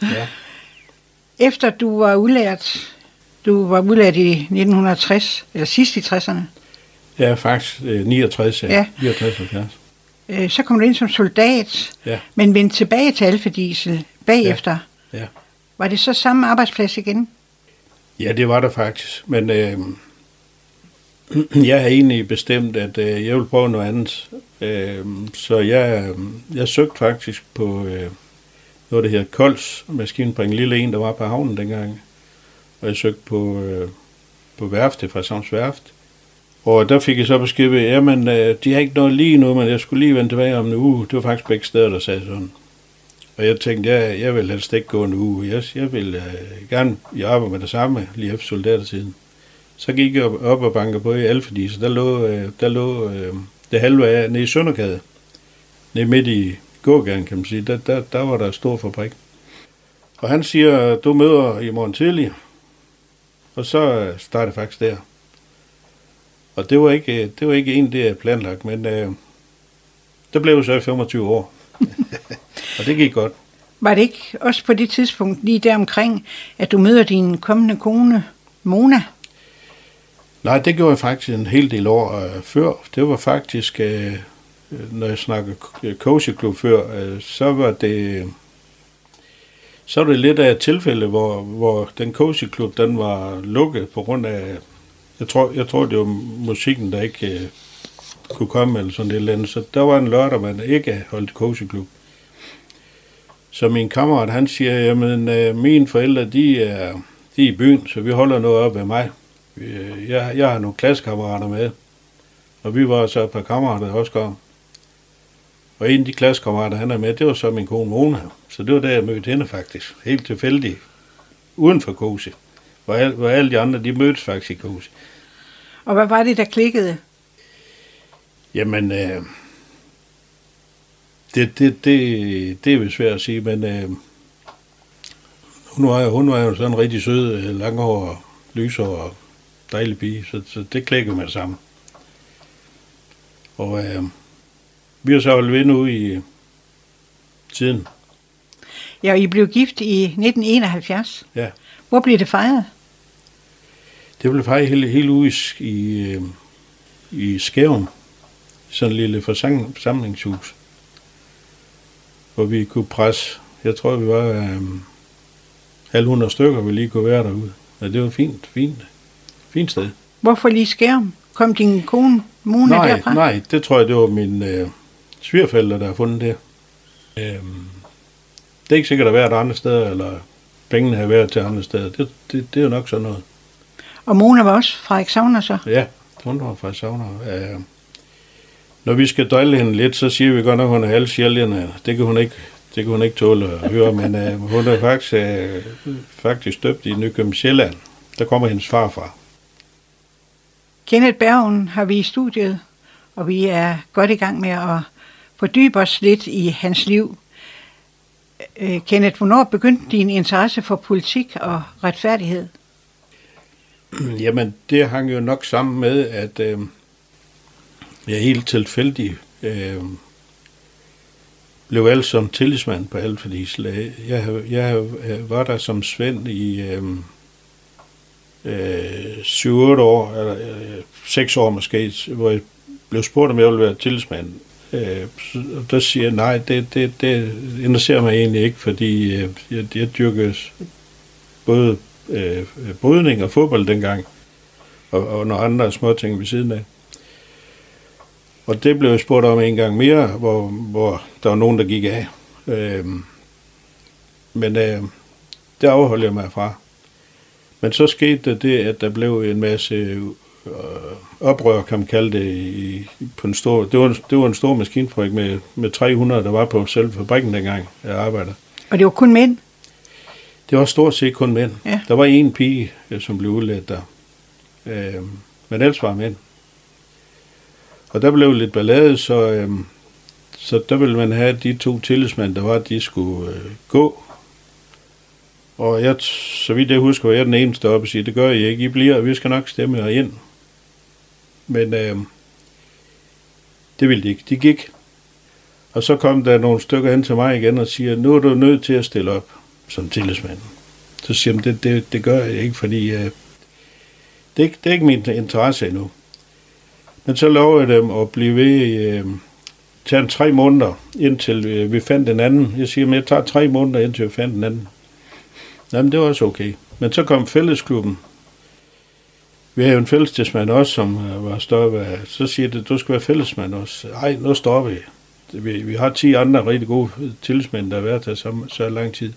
Efter du var udlært i 1960, eller sidst i 60'erne? Ja, faktisk 69, ja. 69. Så kom du ind som soldat, ja. Men vendte tilbage til Alfa Diesel bagefter. Ja. Var det så samme arbejdsplads igen? Ja, det var der faktisk, men jeg har egentlig bestemt, at jeg vil prøve noget andet. Så jeg søgte faktisk på noget, der hedder Kols maskinbrug, en lille en, der var på havnen dengang. Og jeg søgte på værftet, fra Savns Værft. Og der fik jeg så besked ved, jamen, de har ikke noget lige nu, men jeg skulle lige vende tilbage om en uge. Det var faktisk begge steder, der sagde sådan. Og jeg tænkte, jeg vil helst ikke gå en uge. Jeg vil gerne i arbejde med det samme, lige efter soldatertiden. Så gik jeg op og bankede på i Alfadis, og der lå det halve af nede i Søndergade. Nede midt i gågaden, kan man sige. Der var der stor fabrik. Og han siger, du møder i morgen tidlig. Og så startede faktisk der. Og det var ikke en, det er planlagt, men der blev jeg så i 25 år. Og det gik godt. Var det ikke også på det tidspunkt lige der omkring, at du møder din kommende kone, Mona? Nej, det gjorde jeg faktisk en hel del år før. Det var faktisk, når jeg snakker Cozy Klub før, så var det lidt af et tilfælde, hvor den Cozy Klub, den var lukket på grund af, jeg tror det var musikken, der ikke kunne komme eller sådan et eller andet. Så der var en lørdag, man ikke holdt Cozy Klub. Så min kammerat, han siger, jamen mine forældre, de er i byen, så vi holder noget op ved mig. Jeg har nogle klassekammerater med, og vi var så et par kammerater, der også kom. Og en af de klassekammerater, han er med, det var så min kone Mona. Så det var der, jeg mødte hende faktisk. Helt tilfældigt. Uden for Cozy. Hvor alle de andre, de mødtes faktisk i Cozy. Og hvad var det, der klikkede? Jamen, det er jo svært at sige, men hun var jo sådan en rigtig sød, langhåret, lyshåret og dejlig pige, så det klikkede med det samme. Og vi har så holdt ved nu i tiden. Ja, og I blev gift i 1971. Ja. Hvor blev det fejret? Det blev fejret helt ude i Skæven. Sådan en lille forsamlingshus. Hvor vi kunne presse, jeg tror vi var 100 stykker, vi lige kunne være derude. Ja, det var fint sted. Hvorfor lige Skærum? Kom din kone Mona derfra? Nej, det tror jeg, det var min svigerforældre, der har fundet det. Det er ikke sikkert at være der andre steder, eller pengene har været til andre steder. Det er jo nok sådan noget. Og Mona var også fra Frederikshavn så? Ja, hun var fra Frederikshavn. Når vi skal drille hende lidt, så siger vi godt nok, at hun er halvsjællænder. Det kan hun ikke tåle at høre, men hun er faktisk døbt i Nykøbing Sjælland. Der kommer hendes far fra. Kenneth Bergen har vi i studiet, og vi er godt i gang med at fordybe os lidt i hans liv. Kenneth, hvornår begyndte din interesse for politik og retfærdighed? Jamen, det hang jo nok sammen med, at jeg helt tilfældigt blev valgt som tillidsmand på Alfadis. Jeg var der som Svend i 7-8 år, eller 6 år måske, hvor jeg blev spurgt, om jeg ville være tillidsmand. Der siger jeg, nej, det interesserer mig egentlig ikke, fordi jeg dyrker både brydning og fodbold dengang, og nogle andre små ting ved siden af. Og det blev jeg spurgt om en gang mere, hvor der var nogen, der gik af. Men det afholdt jeg mig fra. Men så skete det, at der blev en masse oprør, kan man kalde det, på en stor. Det var en stor maskinfabrik med 300, der var på selve fabrikken dengang, jeg arbejdede. Og det var kun mænd? Det var stort set kun mænd. Ja. Der var en pige, som blev udledt der. Men ellers var mænd. Og der blev lidt ballade, så der ville man have de 2 tillidsmænd, der var, de skulle gå. Og så vidt jeg husker, var jeg den eneste oppe og sige, det gør I ikke, I bliver, og vi skal nok stemme jer ind. Men det ville de ikke. De gik. Og så kom der nogle stykker hen til mig igen og siger, nu er du nødt til at stille op som tillidsmand. Så siger de, det gør jeg ikke, fordi det er ikke min interesse endnu. Men så lover jeg dem at blive ved, tage 3 måneder, indtil vi fandt den anden. Jeg siger, men jeg tager 3 måneder, indtil vi fandt den anden. Jamen, det var også okay. Men så kom fællesklubben. Vi har jo en fællestilsmand også, som var større. Så siger det, du skal være fællesmand også. Ej, nu stopper vi. vi har 10 andre rigtig gode tillidsmænd, der har været der så lang tid.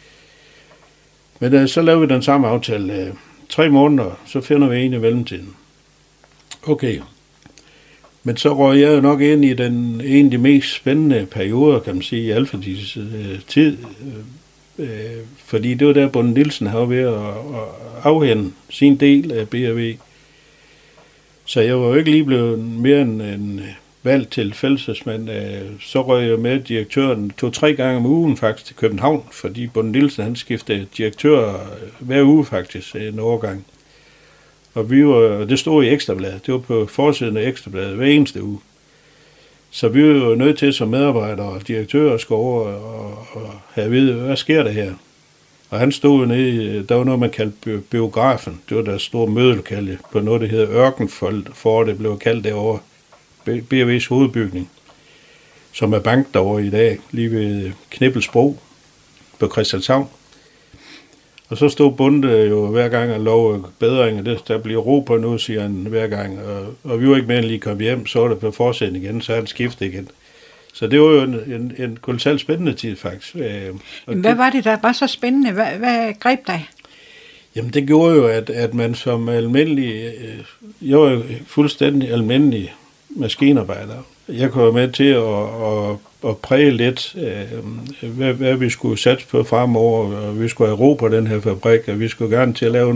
Men så lavede vi den samme aftale. 3 måneder, så finder vi en i mellemtiden. Okay. Men så røg jeg jo nok ind i en af de mest spændende perioder, kan man sige, i Alfadis tid. Fordi det var der, Bonde Nielsen havde ved at afhænde sin del af B&V. Så jeg var jo ikke lige blevet mere end valgt til fællesmand. Så røg jeg med direktøren 2-3 gange om ugen faktisk til København, fordi Bonde Nielsen han skiftede direktør hver uge faktisk en årgang. Og det stod i Ekstrabladet. Det var på forsiden af Ekstrabladet hver eneste uge. Så vi var jo nødt til som medarbejdere og direktører at gå over og have at vide, hvad sker der her? Og han stod nede, der var noget, man kaldte biografen. Det var der store mødelokale på noget, der hedder Ørkenfort, det blev kaldt derovre. B&V's hovedbygning, som er bank derovre i dag, lige ved Knippelsbro på Christianshavn. Og så stod Bonde jo hver gang og lovede bedringer. Der bliver ro på nu, siger han hver gang. Og vi var ikke mere end lige kom hjem, så var det på forsiden igen, så han skiftet igen. Så det var jo en kolossalt spændende tid, faktisk. Hvad var det, der var så spændende? Hvad greb dig? Jamen, det gjorde jo, at man som almindelig... Jeg var jo fuldstændig almindelig maskinarbejder. Jeg kom med til at præge lidt, hvad vi skulle satse på fremover, og vi skulle have ro på den her fabrik, og vi skulle gerne til at lave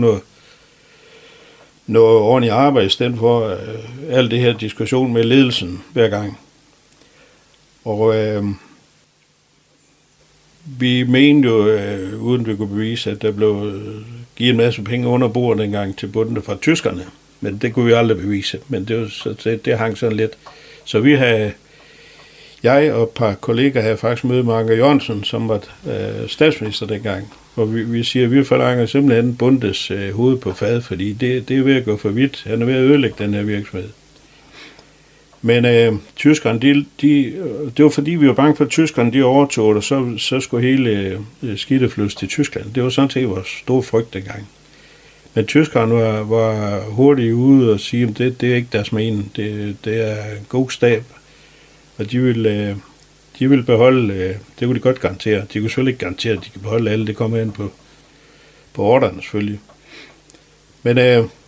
noget ordentligt arbejde, i stedet for alt det her diskussion med ledelsen hver gang. Og vi mente jo, uden vi kunne bevise, at der blev givet en masse penge under bordet dengang til Bonde fra tyskerne, men det kunne vi aldrig bevise, men det hang sådan lidt. Så jeg og et par kolleger havde faktisk mødt med Anker Jørgensen, som var statsminister dengang, hvor vi siger, at vi forlanger simpelthen Bondes hoved på fad, fordi det er ved at gå for vidt. Han er ved at ødelægge den her virksomhed. Men tyskerne, det var fordi, vi var bange for, at tyskerne de overtog, og så skulle hele skidtet flyttes til Tyskland. Det var sådan set vores store frygt dengang. Men tyskerne var hurtigt ude og sige, at det er ikke deres mening. Det er en god stab, og de vil beholde, det kunne de godt garantere. De kunne selvfølgelig ikke garantere, at de kan beholde alle. Det kommer ind på ordrene selvfølgelig. Men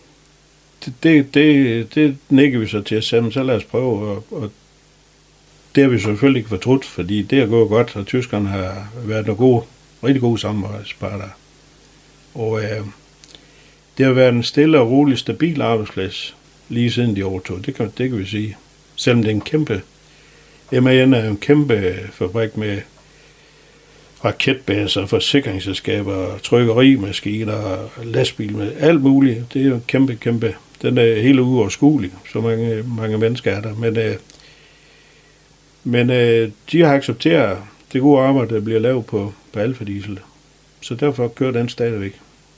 det nikker vi så til os sammen, så lad os prøve. Og det har vi selvfølgelig ikke fortrudt, fordi det er gået godt, og tyskerne har været nogle rigtig gode samarbejdspartnere. Og det har været en stille og rolig, stabil arbejdsplads, lige siden de overtog. Det kan vi sige. Selvom det er en kæmpe... MAN er en kæmpe fabrik med raketbaser, forsikringsselskaber, trykkerimaskiner, lastbil med alt muligt. Det er jo kæmpe. Den er helt uoverskuelig, så mange mennesker er der. Men de har accepteret det gode arbejde, der bliver lavet på Alfa Diesel. Så derfor kører den stadigvæk.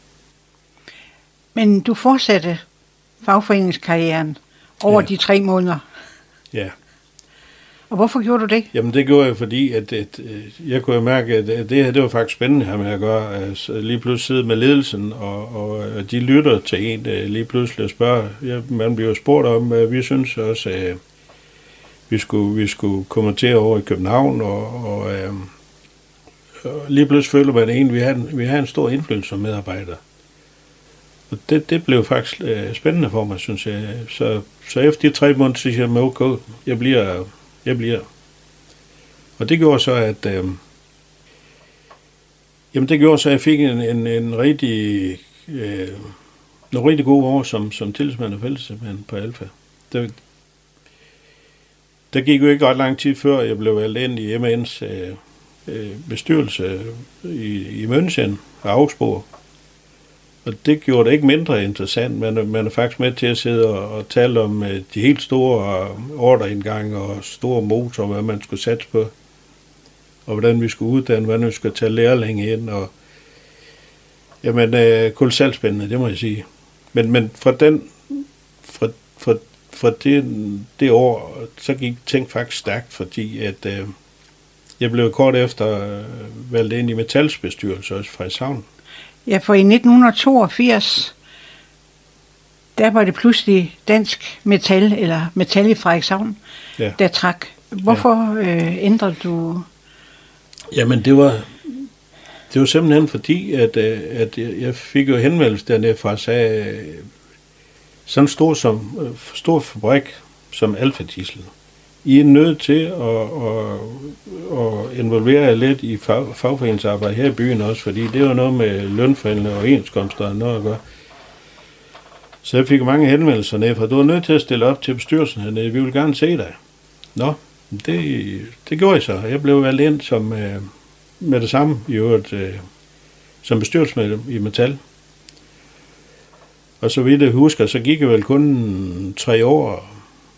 Men du fortsatte fagforeningskarrieren over de 3 måneder. Ja. Og hvorfor gjorde du det? Jamen det gjorde jeg, fordi at jeg kunne mærke, at det her det var faktisk spændende her med at gøre. Altså, lige pludselig sidde med ledelsen, og de lytter til en lige pludselig og spørger. Man bliver spurgt om, vi synes også, at vi skulle kommentere over i København, og lige pludselig føler man egentlig, vi har en stor indflydelse som medarbejder. Og det blev faktisk spændende for mig, synes jeg. Så efter de 3 måneder, synes jeg, okay, jeg bliver. Og det gjorde så, at jeg fik en rigtig nogle rigtig gode år som tillidsmand og fællesmand på Alfa. Der gik jo ikke ret lang tid før, jeg blev valgt ind i MAN's bestyrelse i München og Augsburg. Og det gjorde det ikke mindre interessant, men man er faktisk med til at sidde og tale om de helt store ordreindgange og store motorer, hvad man skulle satse på, og hvordan vi skulle uddanne, hvordan vi skulle tage lærlinge ind, og jamen, kolossalt spændende, det må jeg sige. Men fra det år, så gik ting faktisk stærkt, fordi at jeg blev kort efter valgt ind i Metals bestyrelse også fra Frederikshavn. Ja, for i 1982, der var det pludselig Dansk Metal, eller Metal i Frederikshavn, der trak Hvorfor ændrede du? Jamen, det var simpelthen fordi, at jeg fik jo henvendelse dernede fra, sagde, sådan stor fabrik som Alfa Diesel. I er nødt til at involvere jer lidt i fagforeningsarbejde her i byen også, fordi det var noget med lønforhandlinger og overenskomster og noget at gøre. Så jeg fik mange henvendelser ned fra, du er nødt til at stille op til bestyrelsen hernede, vi vil gerne se dig. Nå, det gjorde jeg så. Jeg blev valgt ind som, med det samme i øvrigt, som bestyrelsesmedlem i Metal. Og så vidt jeg husker, så gik jeg vel kun 3 år,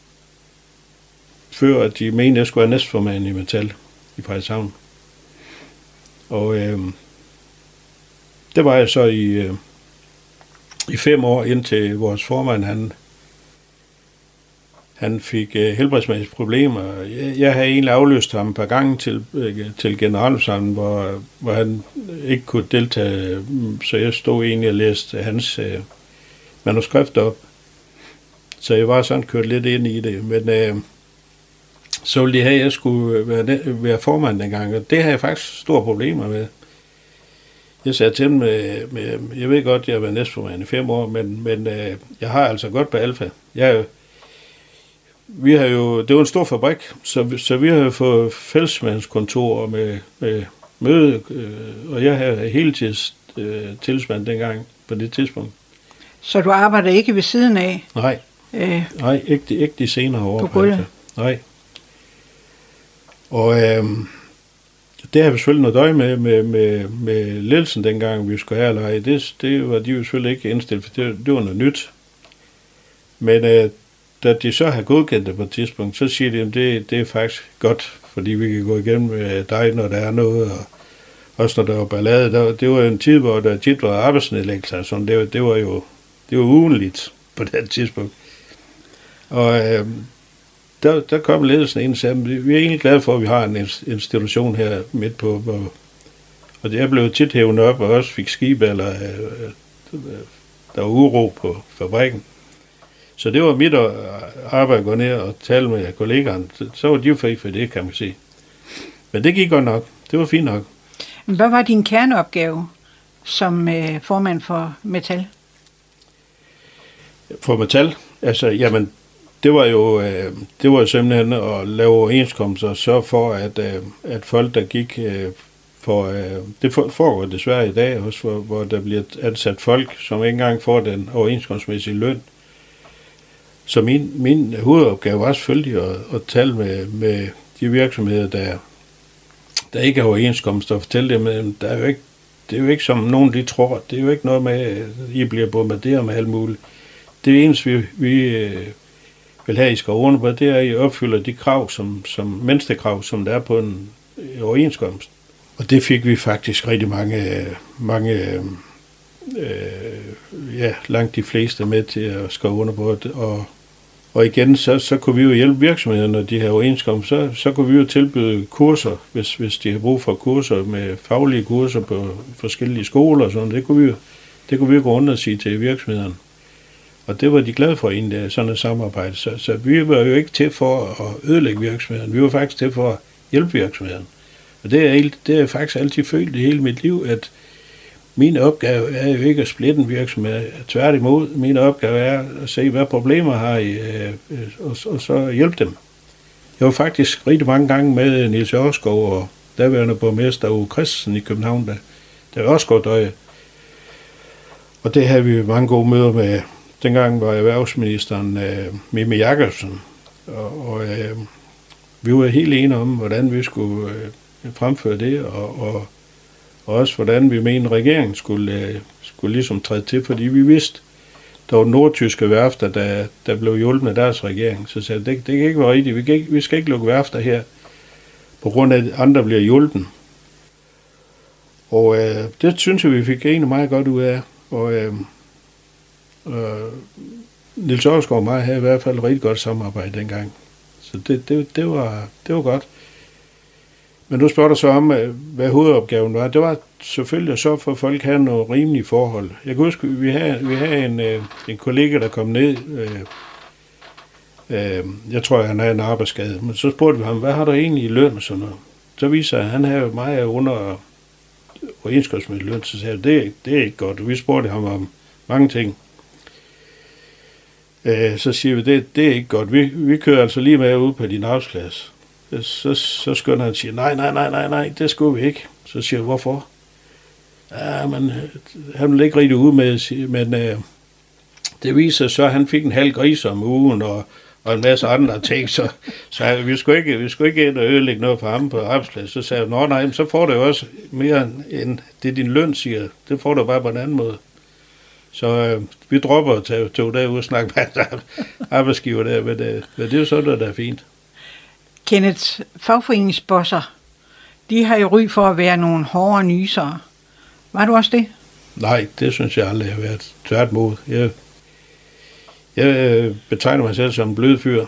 før at de mente, at jeg skulle være næstformand i Metal i Frederikshavn. Og det var jeg så i 5 år, indtil vores formand, han fik helbredsmæssige problemer. Jeg havde egentlig afløst ham et par gange til generalforsamlingen, hvor han ikke kunne deltage, så jeg stod egentlig og læste hans manuskript op. Så jeg var sådan kørt lidt ind i det, men så ville de have, at jeg skulle være formand dengang, og det havde jeg faktisk store problemer med. Jeg sagde til dem, jeg ved godt, at jeg har været næstformand i 5 år, men jeg har altså godt på Alfa. Vi har jo, det var en stor fabrik, så vi har jo fået fællesmandskontor med møde, og jeg havde heltids tilsmand dengang på det tidspunkt. Så du arbejder ikke ved siden af? Nej, nej, ikke de senere år. På gulvet? Nej. Og det har vi selvfølgelig noget døje med ledelsen dengang, vi skulle have eller det var de jo selvfølgelig ikke indstillet, for det var noget nyt. Men da de så har godkendt det på et tidspunkt, så siger de, at det er faktisk godt, fordi vi kan gå igennem med dig, når der er noget, og også når der var ballade. Det var en tid, hvor der tit var arbejdsnedlæggelser, og sådan, det var ugenligt på det tidspunkt. Og der kom ledelsen ind og sagde, vi er egentlig glade for, at vi har en institution her midt på, og det er blevet tit hævet op, og også fik skib, eller der var uro på fabrikken. Så det var mit arbejde at gå ned og tale med kollegaerne. Så var de jo fri for det, kan man sige. Men det gik godt nok. Det var fint nok. Hvad var din kerneopgave som formand for Metal? For Metal? Altså, jamen, det var jo simpelthen at lave overenskomster og sørge for, at folk, der gik det foregår desværre i dag også, hvor der bliver ansat folk, som ikke engang får den overenskomstmæssige løn. Så min hovedopgave var selvfølgelig at tale med de virksomheder, der ikke har overenskomster, og fortælle dem, at det er jo ikke som nogen de tror. Det er jo ikke noget med, at I bliver bombarderet med alt muligt. Det eneste, vi vil have, I skal ordne på, det er, at I opfylder de krav, som mindstekrav, som der er på en overenskomst. Og det fik vi faktisk rigtig mange langt de fleste med til at skrive under på det. Og igen, så kunne vi jo hjælpe virksomhederne, når de har overenskomst. Så kunne vi jo tilbyde kurser, hvis de har brug for kurser med faglige kurser på forskellige skoler og sådan. Det kunne vi jo gå rundt og sige til virksomhederne. Og det var de glade for egentlig, sådan et samarbejde. Så vi var jo ikke til for at ødelægge virksomheden. Vi var faktisk til for at hjælpe virksomheden. Og det er jeg faktisk altid følt i hele mit liv, at min opgave er jo ikke at splitte en virksomhed. Tværtimod, min opgave er at se, hvad problemer har I, og så hjælpe dem. Jeg var faktisk rigtig mange gange med Niels Ørskov og daværende borgmester Ove Christensen i København, der også går døje. Og det havde vi mange gode møder med. Dengang var erhvervsministeren Mimi Jakobsen, og vi var helt enige om, hvordan vi skulle fremføre det, og også hvordan vi mente, at regeringen skulle ligesom træde til, fordi vi vidste, der var nordtyske værfter, der blev hjulpet af deres regering. Så sagde det kan ikke være rigtigt, vi skal ikke lukke værfter her, på grund af, at andre bliver hjulpet. Og det synes jeg, vi fik egentlig meget godt ud af, og Niels Ørskov og mig havde i hvert fald et rigtig godt samarbejde dengang. Så det var godt. Men nu spørger du så om, hvad hovedopgaven var. Det var selvfølgelig at sørge for, at folk havde nogle rimelige forhold. Jeg kan huske, vi havde en kollega, der kom ned Jeg tror, han havde en arbejdsskade. Men så spurgte vi ham, hvad har du egentlig i løn og sådan noget? Så viser at han havde meget under overenskomstmæssig løn. Så sagde jeg, det er ikke godt. Og vi spurgte ham om mange ting. Så siger vi, det er ikke godt. Vi kører altså lige med ud på din arbejdsplads. Så skynder han og siger, nej, det skulle vi ikke. Så siger jeg, hvorfor? Ja, men han vil ikke rigtig ud med, men det viser så, at han fik en halv gris om ugen, og en masse andre ting, så vi skulle ikke ind og ødelægge noget for ham på arbejdsplads. Så sagde jeg, nej, så får du jo også mere end det din løn siger. Det får du bare på en anden måde. Så vi dropper at tage 2 dage ud og snakke med arbejdsgiver der, men det er jo sådan, der er fint. Kenneth, fagforeningsbosser, de har jo ry for at være nogle hårde nysere. Var du også det? Nej, det synes jeg aldrig har været. Tværtimod. Jeg betegner mig selv som en blød fyr.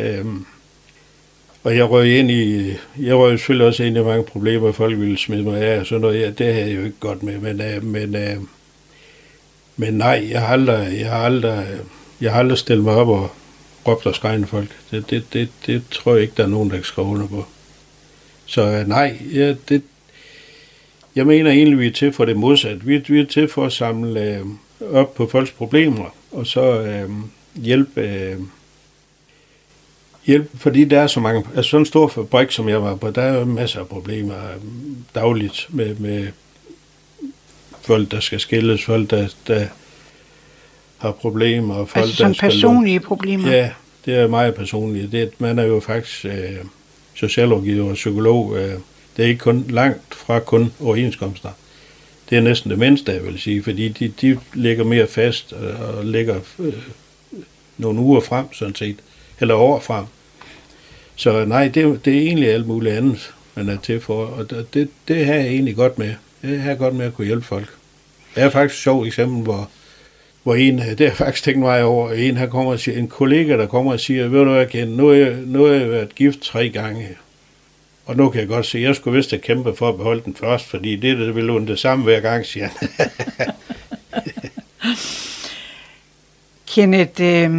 Og jeg røg selvfølgelig også ind i mange problemer, folk ville smide mig af, og sådan noget. Ja, det havde jeg jo ikke godt med, men nej, jeg har aldrig stillet mig op og råbt og skregne folk. Det tror jeg ikke, der er nogen, der kan skrive under på. Så nej, jeg mener egentlig, vi er til for det modsatte. Vi er til for at samle op på folks problemer, og så hjælpe, fordi der er så mange, altså sådan en stor fabrik, som jeg var på, der er jo masser af problemer dagligt med folk, der skal skilles, folk, der har problemer. Og folk, altså som personlige problemer? Ja, det er meget personligt. Man er jo faktisk socialrådgiver og psykolog. Det er ikke kun langt fra kun overenskomster. Det er næsten det mindste, jeg vil sige, fordi de ligger mere fast og ligger nogle uger frem, sådan set, eller år frem. Så nej, det er egentlig alt muligt andet, man er til for, og det har jeg egentlig godt med. Det har jeg godt med at kunne hjælpe folk. Det er faktisk et sjovt eksempel, hvor en, det har jeg faktisk tænkt mig over, en kollega, der kommer og siger, ved du hvad, Ken, nu har jeg været gift 3 gange, og nu kan jeg godt se, at jeg skulle vist have kæmpet for at beholde den først, fordi det vil låne det samme hver gang, siger han. Kenneth,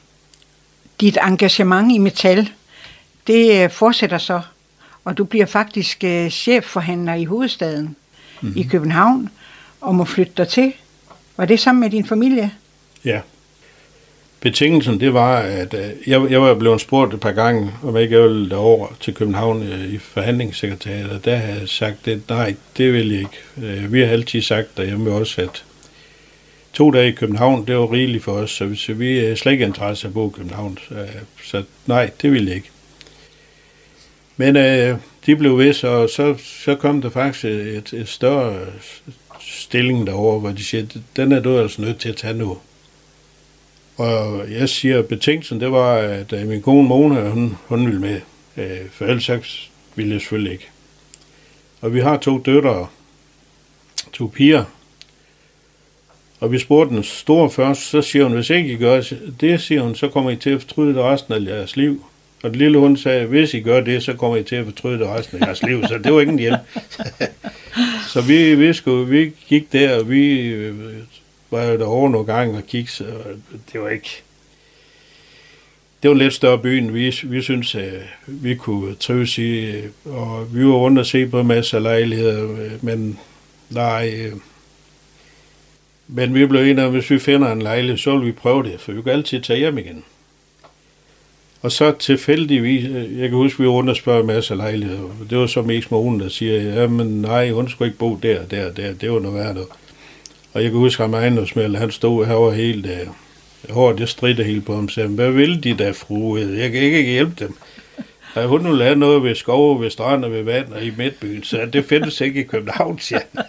dit engagement i metal, det fortsætter så, og du bliver faktisk chefforhandler i hovedstaden i København, og må flytte dig til. Var det sammen med din familie? Ja. Betingelsen, det var, at jeg var blevet spurgt et par gange, om jeg ikke ville derover til København i forhandlingssekretariatet, og der havde jeg sagt, nej, det vil jeg ikke. Vi har altid sagt derhjemme også, at 2 dage i København, det var rigeligt for os, så vi er slet ikke interesse at bo i København. Så nej, det vil jeg ikke. Men de blev ved, så kom der faktisk et større stilling derovre, hvor de siger, den er du altså nødt til at tage nu. Og jeg siger, at betingelsen, det var, at min kone Mona, hun ville med. For ellers ville jeg selvfølgelig ikke. Og vi har 2 døtre, 2 piger. Og vi spurgte den store først, så siger hun, hvis ikke I gør det, siger hun, så kommer I til at fortryde det resten af jeres liv. Og den lille hund sagde, hvis I gør det, så kommer I til at fortryde det resten af jeres liv. Så det var ingen hjælp. Så vi gik der, og vi var jo derovre nogle gange og kiggede, så det var ikke... Det var en lidt større by, end vi synes, vi kunne trives i, og vi var rundt og se på en masse lejligheder, men nej... Men vi blev enige, hvis vi finder en lejlighed, så vil vi prøve det, for vi kan altid tage hjem igen. Og så tilfældigvis, jeg kan huske, vi var rundt og spørge en masse lejligheder. Det var så mest Mone, der siger, jamen nej, hun skulle ikke bo der, det var noget værd. Og jeg kan huske ham ejendomsmælder, han stod herovre helt hårdt, det strider helt på ham, sagde, hvad vil de da, frue? Jeg kan ikke hjælpe dem. Og hun ville have noget ved skove, ved strand og ved vand og i midtbyen, så det findes ikke i København, siger han.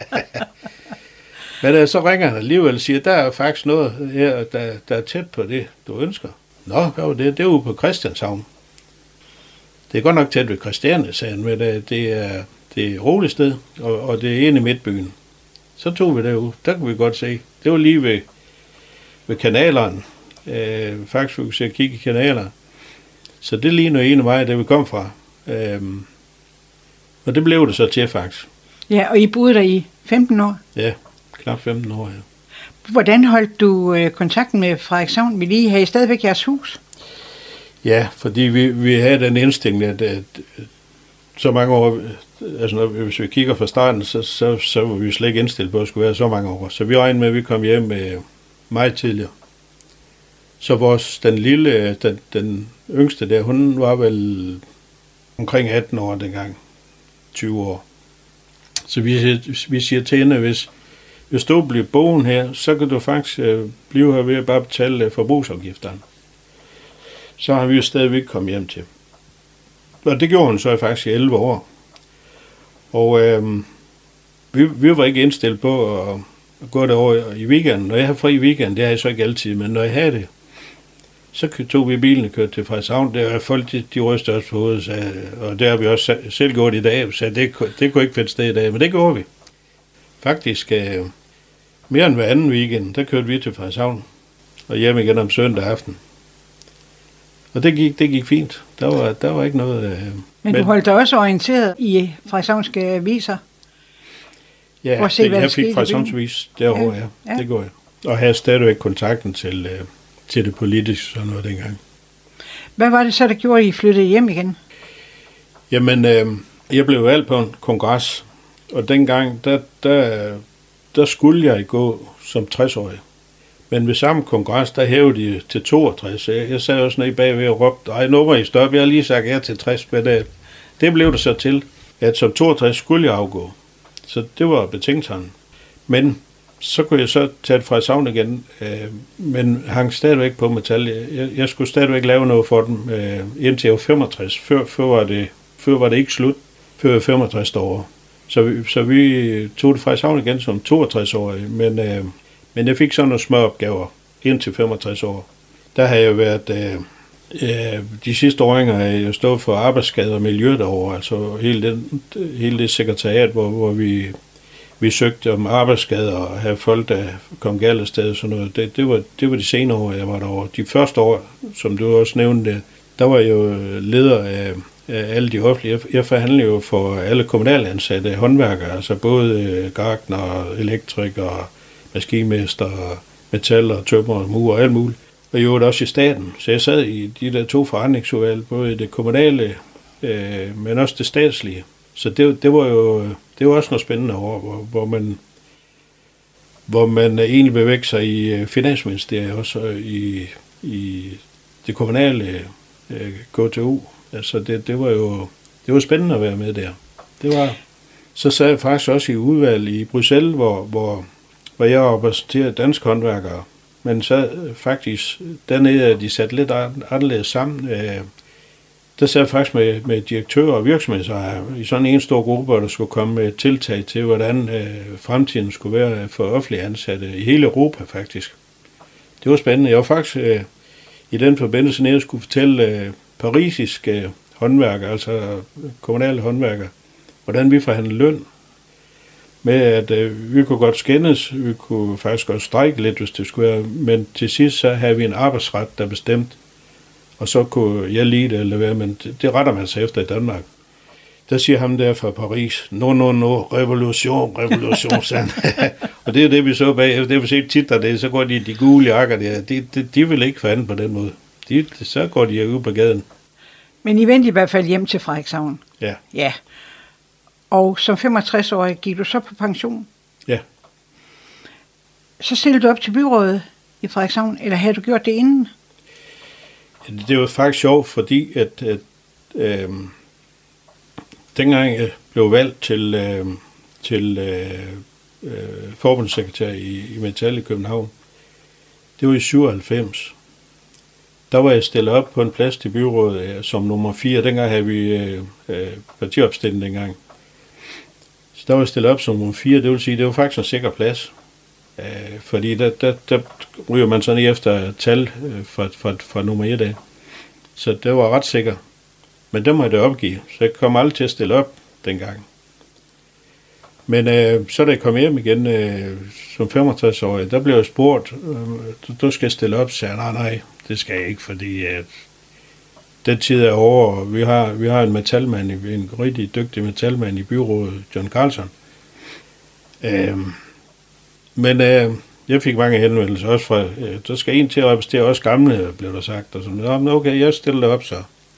Men så ringer han alligevel og siger, der er faktisk noget her, der er tæt på det, du ønsker. Nå, hvad var det? Det er ude på Christianshavn. Det er godt nok tæt ved Christiane, sagde han, men det er et roligt sted, og det er inde i midtbyen. Så tog vi derud. Der kunne vi godt se. Det var lige ved kanalerne. Faktisk vi kunne se at kigge i kanaler. Så det ligner en af mig, der vi kom fra. Og det blev det så til, faktisk. Ja, og I boede der i 15 år? Ja, knap 15 år, ja. Hvordan holdt du kontakten med Frederikshavn? Vil I have stadigvæk jeres hus? Ja, fordi vi havde den indstilling, at så mange år, altså hvis vi kigger fra starten, så var vi slet ikke indstillet på, at det skulle være så mange år. Så vi regnede med, at vi kom hjem meget tidligere. Så den yngste der, hun var vel omkring 18 år dengang, 20 år. Så vi siger til hende, hvis du bliver boende her, så kan du faktisk blive her ved at bare betale forbrugsafgifterne. Så har vi jo stadigvæk kommet hjem til. Og det gjorde hun så faktisk i 11 år. Og vi var ikke indstillet på at gå derover i weekenden. Når jeg har fri i weekenden, det har jeg så ikke altid, men når jeg havde det, så tog vi bilen og kørte til Frederikshavn. Der er folk, de ryster os på hovedet, og det har vi også selv gjort i dag, så det kunne ikke finde sted i dag, men det gjorde vi. Faktisk mere end hver anden weekend, der kørte vi til Frederikshavn og hjem igen om søndag aften. Og det gik fint. Der var ikke noget... Men du holdt dig også orienteret i Frederikshavnske aviser? Ja, jeg fik Frederikshavns derovre, ja. Det går jeg. Og havde stadigvæk kontakten til det politiske sådan noget dengang. Hvad var det så, der gjorde, at I flyttede hjem igen? Jamen, jeg blev valgt på en kongres, og dengang, der skulle jeg gå som 60-årig. Men ved samme kongres, der hævede de til 62. Jeg sad også nede bagved og råbte, ej, nu må I stoppe, jeg har lige sagt ja til 60, men det blev det så til, at som 62 skulle jeg afgå. Så det var betingelsen. Men så kunne jeg så tage det fra savn igen, men hang stadigvæk på metal. Jeg skulle stadigvæk lave noget for dem, indtil jeg var 65. Før var det ikke slut, før jeg var 65 år. Så vi tog det fra savn igen som 62-årige, men jeg fik sådan nogle små opgaver indtil 65 år. Der har jeg været, de sidste åringer har jeg stået for arbejdsskader og miljø derovre, altså hele det sekretariat, hvor vi søgte om arbejdsskader og have folk, der kom galt af sted og sådan noget. Det var de senere år, jeg var derovre. De første år, som du også nævnte, der var jeg jo leder af alle de offentlige. Jeg forhandlede jo for alle kommunale ansatte håndværkere, altså både gartner, elektrikere, maskinmester, metaller, tømrer og mur og alt muligt. Og jo også i staten. Så jeg sad i de der 2 forretningsudvalg, både det kommunale, men også det statslige. Så det var også noget spændende år, hvor man egentlig bevægte sig i Finansministeriet, også i det kommunale KTU. Altså det var spændende at være med der. Så sad jeg faktisk også i udvalg i Bruxelles, hvor jeg repræsenterede danske håndværkere. Men så faktisk dernede, de satte lidt anderledes sammen. Der sad jeg faktisk med direktører og virksomhedsejere i sådan en stor gruppe, hvor der skulle komme med tiltag til, hvordan fremtiden skulle være for offentlige ansatte i hele Europa faktisk. Det var spændende. Jeg var faktisk i den forbindelse nede og skulle fortælle parisiske håndværkere, altså kommunale håndværkere, hvordan vi forhandlede løn. Med at vi kunne godt skændes, vi kunne faktisk godt strejke lidt, hvis det skulle være, men til sidst så havde vi en arbejdsret, der bestemt, og så kunne jeg lide det eller være, men det retter man sig efter i Danmark. Der siger ham der fra Paris, no, revolution, og det er det, vi så bagefter, det vi set tit der, så går de gule jakker der, de vil ikke forhandle på den måde. Så går de ud på gaden. Men I vendte i hvert fald hjem til Frederikshavn. Ja. Ja. Og som 65-årig gik du så på pension? Ja. Så stillede du op til byrådet i Frederikshavn, eller havde du gjort det inden? Det var faktisk sjovt, fordi at dengang jeg blev valgt til forbundssekretær i Metal i København, det var i 97. Der var jeg stillet op på en plads til byrådet som nummer 4. Dengang havde vi partiopstilling dengang. Så der var jeg stillet op som nummer 4, det vil sige, det var faktisk en sikker plads. Fordi der ryger man sådan efter tal fra nummer 1 af. Så det var ret sikkert. Men det må jeg da opgive, så jeg kom aldrig til at stille op dengang. Men så da jeg kom hjem igen som 65-årig, der blev jeg spurgt, du skal stille op, så jeg, nej, det skal jeg ikke, fordi den tid er over, og vi har en metalmand, en rigtig dygtig metalmand i byrådet, John Carlson. Men Jeg fik mange henvendelser også fra, der skal en til at repræsentere også gamle, blev der sagt. Og sådan, men okay, jeg stiller det op så.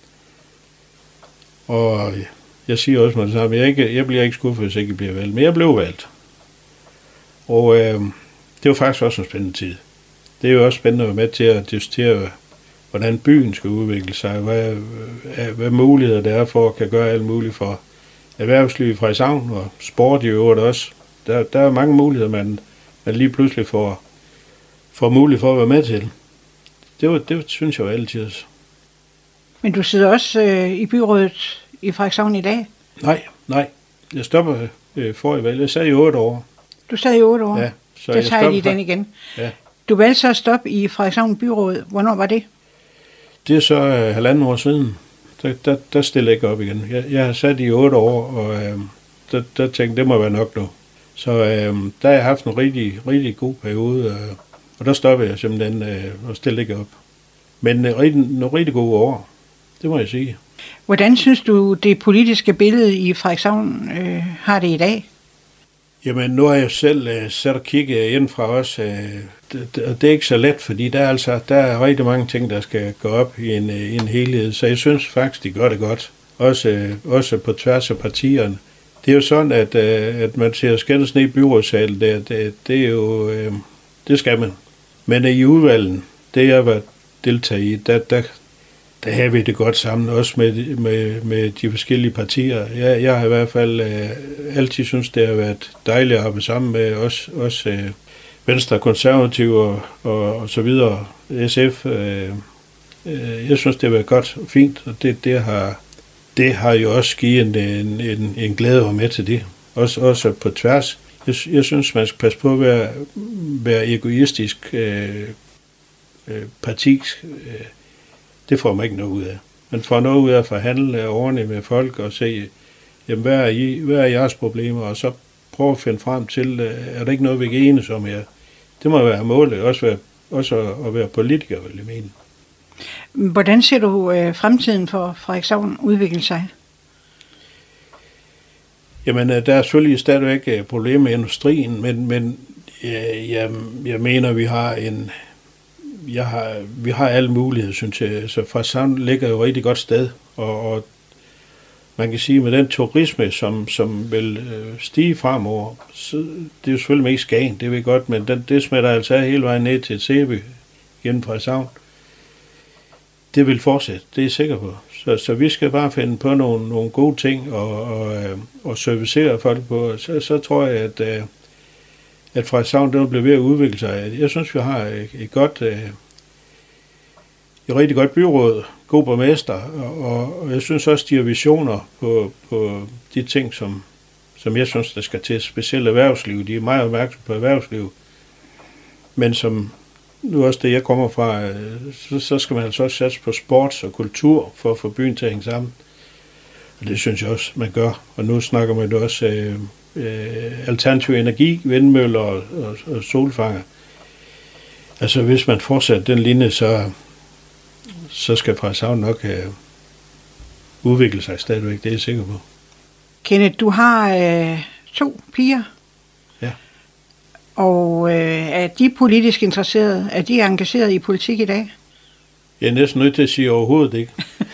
Og jeg siger også med det samme, jeg bliver ikke skuffet, hvis jeg ikke bliver valgt, men jeg blev valgt. Og det var faktisk også en spændende tid. Det er jo også spændende at være med til at diskutere, hvordan byen skal udvikle sig, hvad muligheder der er for at kan gøre alt muligt for erhvervsliv i Frederikshavn og sport i øvrigt også. Der er mange muligheder, man lige pludselig får mulighed for at være med til. Det synes jeg jo altid. Men du sidder også i byrådet i Frederikshavn i dag? Nej. Jeg stopper for i valg. Jeg sad i 8 år. Du sad i 8 år? Ja. Så jeg tager lige den igen. Ja. Du valgte så at stoppe i Frederikshavn byråd. Hvornår var det? Det er så 1,5 år siden. Der stiller jeg ikke op igen. Jeg har sat i 8 år, og der tænkte det må være nok nu. Så der har jeg haft en rigtig, rigtig god periode, og der stoppede jeg simpelthen og stillede ikke op. Men nogle rigtig gode år, det må jeg sige. Hvordan synes du, det politiske billede i Frederikshavn har det i dag? Jamen, nu har jeg jo selv sat og kigget ind fra os. Det er ikke så let, fordi der er rigtig mange ting, der skal gå op i en helhed. Så jeg synes faktisk, de gør det godt. Også på tværs af partierne. Det er jo sådan, at man ser skændes ned i byrådssalen. Det er jo, det skal man. Men i udvalgen, det jeg var deltaget i, der har vi det godt sammen, også med de forskellige partier. Jeg har i hvert fald altid synes, det har været dejligt at arbejde sammen med også Venstre, Konservative og så videre, SF. Jeg synes, det har været godt og fint, og det har jo også givet en glæde at være med til det. Også på tværs. Jeg synes, man skal passe på at være egoistisk partisk. Det får man ikke noget ud af. Man får noget ud af at forhandle ordentligt med folk og se, jamen, hvad er jeres problemer, og så prøve at finde frem til, er der ikke noget, vi kan enes om her. Det må være målet, også at være politiker, vil jeg mene. Hvordan ser du fremtiden for Frederikshavn udvikle sig? Jamen, der er selvfølgelig stadigvæk problemer med industrien, men jeg mener, vi har alle muligheder, synes jeg. Så Frederikshavn ligger jo et rigtig godt sted, og man kan sige, med den turisme, som vil stige fremover, så det er jo selvfølgelig ikke Skagen, det ved godt, men det smitter altså hele vejen ned til Sæby gennem Frederikshavn. Det vil fortsætte, det er jeg sikker på. Så vi skal bare finde på nogle gode ting og servicere folk på. Så tror jeg, at Frederikshavn det vil blive ved at udvikle sig. Jeg synes, vi har et rigtig godt byråd, god borgmester, og jeg synes også, de har visioner på de ting, som jeg synes, der skal til, specielt erhvervsliv. De er meget opmærksomme på erhvervsliv, men som nu også det, jeg kommer fra, så skal man altså også satse på sports og kultur for at få byen til at hænge sammen. Og det synes jeg også, man gør. Og nu snakker man jo også alternativ energi, vindmøller og solfanger. Altså hvis man fortsætter den linje, så skal Frederikshavn nok udvikle sig stadigvæk, det er jeg sikker på. Kenneth, du har 2 piger. Ja. Og er de politisk interesserede? Er de engageret i politik i dag? Jeg er næsten nødt til at sige overhovedet ikke.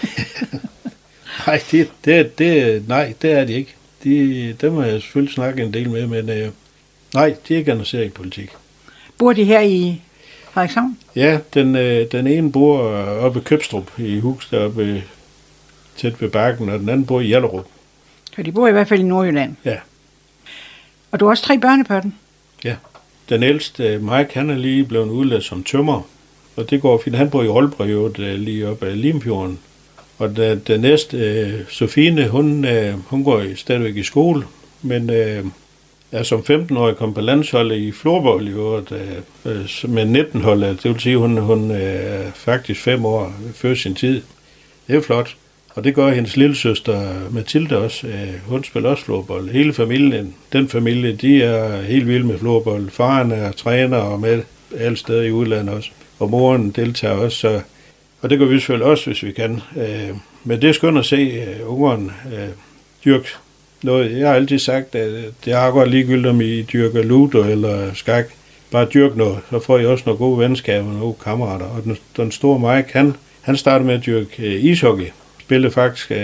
Nej, det er de ikke. Dem må jeg selvfølgelig snakke en del med, men nej, de er ikke engageret i politik. Bor de her i Frederikshavn? Ja, den ene bor oppe i Købstrup i hus, deroppe tæt ved Bakken, og den anden bor i Hjallerup. Så de bor i hvert fald i Nordjylland? Ja. Og du har også 3 børnebørn? Ja. Den ældste, Mike, han er lige blevet udlært som tømrer, og det går fint. Han bor i Aalborg, lige oppe af Limfjorden. Og den næste, Sofine, hun går stadigvæk i skole, men er som 15-årig kom på landsholdet i floorball i øvrigt med 19-holdet. Det vil sige, hun er faktisk 5 år før sin tid. Det er flot. Og det gør hendes lillesøster Mathilde også. Hun spiller også floorball. Hele familien, den familie, de er helt vilde med floorball. Faren er træner og med alle steder i udlandet også. Og moren deltager også. Så, og det gør vi selvfølgelig også, hvis vi kan. Men det er skønt at se ungerne dyrke noget. Jeg har altid sagt, at det er godt ligegyldigt, om I dyrker ludo eller skak. bare dyrke noget. Så får I også nogle gode venskaber og nogle kammerater. Og den store Mike, han startede med at dyrke ishockey. Spillede faktisk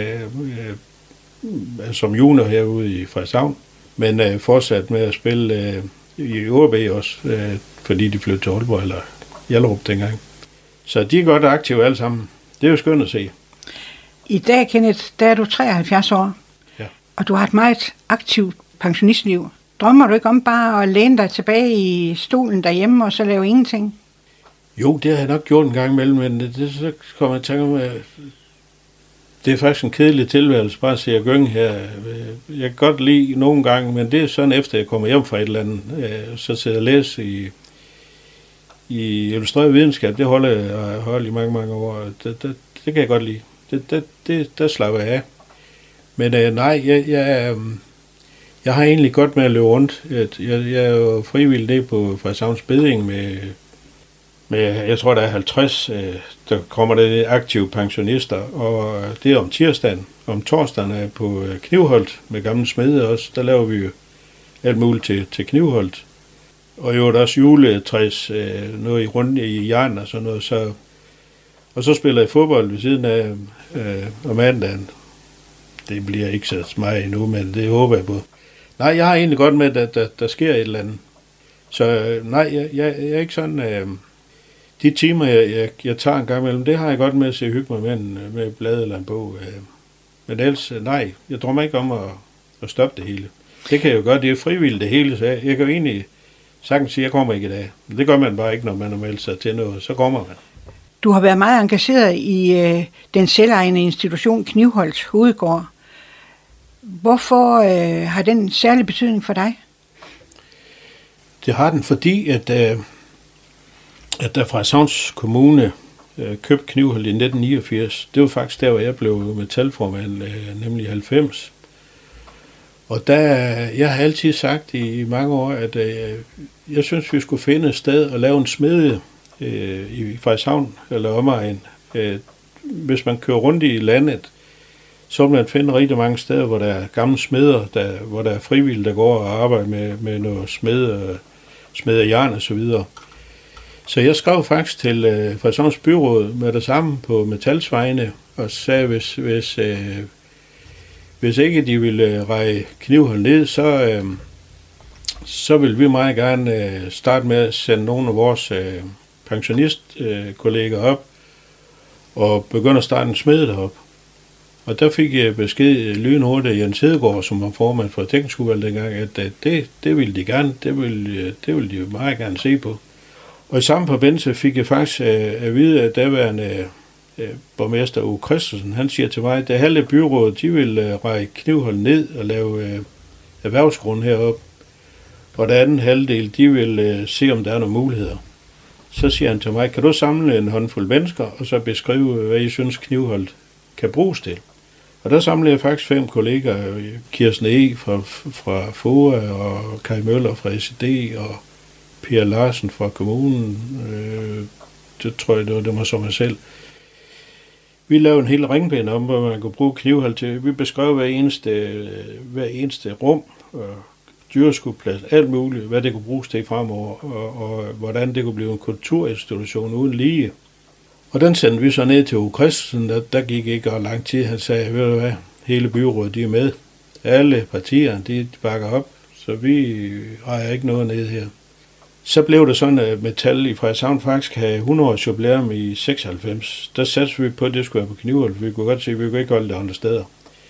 som junior herude i Frederikshavn, men fortsatte med at spille i OB også, fordi de flyttede til Aalborg eller Hjallerup dengang. Så de er godt aktive alle sammen. Det er jo skønt at se. I dag, Kenneth, der er du 73 år, ja. Og du har et meget aktivt pensionistliv. Drømmer du ikke om bare at læne dig tilbage i stolen derhjemme og så lave ingenting? Jo, det har jeg nok gjort en gang imellem, men så kommer jeg til at tænke mig, det er faktisk en kedelig tilværelse, bare at se at gynge her. Jeg kan godt lide nogle gange, men det er sådan efter jeg kommer hjem fra et eller andet, så sidder jeg og læser i illustreret videnskab. Det holder jeg i mange, mange år. Det kan jeg godt lide. Der slapper jeg af. Men nej, jeg har egentlig godt med at løbe rundt. Jeg er jo frivillig nede på Frederikshavns Beding med jeg tror der er 50, der kommer der aktive pensionister, og det er om tirsdagen. Om torsdagen er på Knivholt med gamle smede også. Der laver vi jo alt muligt til Knivholt. Og jo der også juletræs, noget rundt i jern og sådan noget. Og så spiller jeg fodbold ved siden af om mandagen. Det bliver ikke så meget endnu, men det håber jeg på. Nej, jeg har egentlig godt med, at der sker et eller andet. Så nej, jeg er ikke sådan... De timer, jeg tager en gang imellem, det har jeg godt med at se hygge mig med et blad eller en bog. Men ellers, nej, jeg drømmer ikke om at stoppe det hele. Det kan jeg jo gøre, det er frivilligt det hele, så jeg kan jo egentlig sagtens sige, at jeg kommer ikke i dag. Men det gør man bare ikke, når man har meldt sig til noget, så kommer man. Du har været meget engageret i den selvejende institution Knivholts Hovedgård. Hvorfor har den særlig betydning for dig? Det har den, fordi at der Frederikshavns Kommune købte Knivholt i 1989, det var faktisk der, hvor jeg blev metalformand, nemlig i 90. Og jeg har altid sagt i mange år, at jeg synes, vi skulle finde et sted og lave en smedje i Frederikshavn eller omegn. Hvis man kører rundt i landet, så vil man finde rigtig mange steder, hvor der er gamle smeder, hvor der er frivillige, der går og arbejder med noget smed af jern og så videre. Så jeg skrev faktisk til Frederikshavns Byråd med det samme på metalsvejene og sagde, hvis ikke de ville række Knivholt ned, så vil vi meget gerne starte med at sende nogle af vores pensionistkolleger op og begynde at starte en smede derop. Og der fik jeg besked lynhurtigt af Jens Hedegaard, som var formand for teknisk udvalg dengang, at det ville de gerne, det ville de meget gerne se på. Og i samme forbindelse fik jeg faktisk at vide, at daværende borgmester Ove Christensen, han siger til mig, at det halve byrådet, de vil række Knivholt ned og lave erhvervsgrund heroppe. Og den anden halvdel, de vil se, om der er nogle muligheder. Så siger han til mig, kan du samle en håndfuld mennesker, og så beskrive, hvad I synes Knivholt kan bruges til? Og der samlede jeg faktisk 5 kolleger, Kirsten E. fra FOA, og Kai Møller fra ECD, og Per Larsen fra kommunen, det tror jeg, det var så mig selv. Vi lavede en hel ringbind om, hvor man kunne bruge Knivholt til. Vi beskrev hver eneste rum, dyreskueplads, alt muligt, hvad det kunne bruges til fremover, og hvordan det kunne blive en kulturinstitution uden lige. Og den sendte vi så ned til Ove Christensen, der gik ikke lang tid. Han sagde, ved du hvad, hele byrådet, de er med. Alle partier, de bakker op, så vi ejer ikke noget ned her. Så blev det sådan, at Metal i Frederikshavn faktisk havde 100 års jubilæum i 96. Der satte vi på, at det skulle være på Knivholt. Vi kunne godt se, at vi kunne ikke holde det andre steder.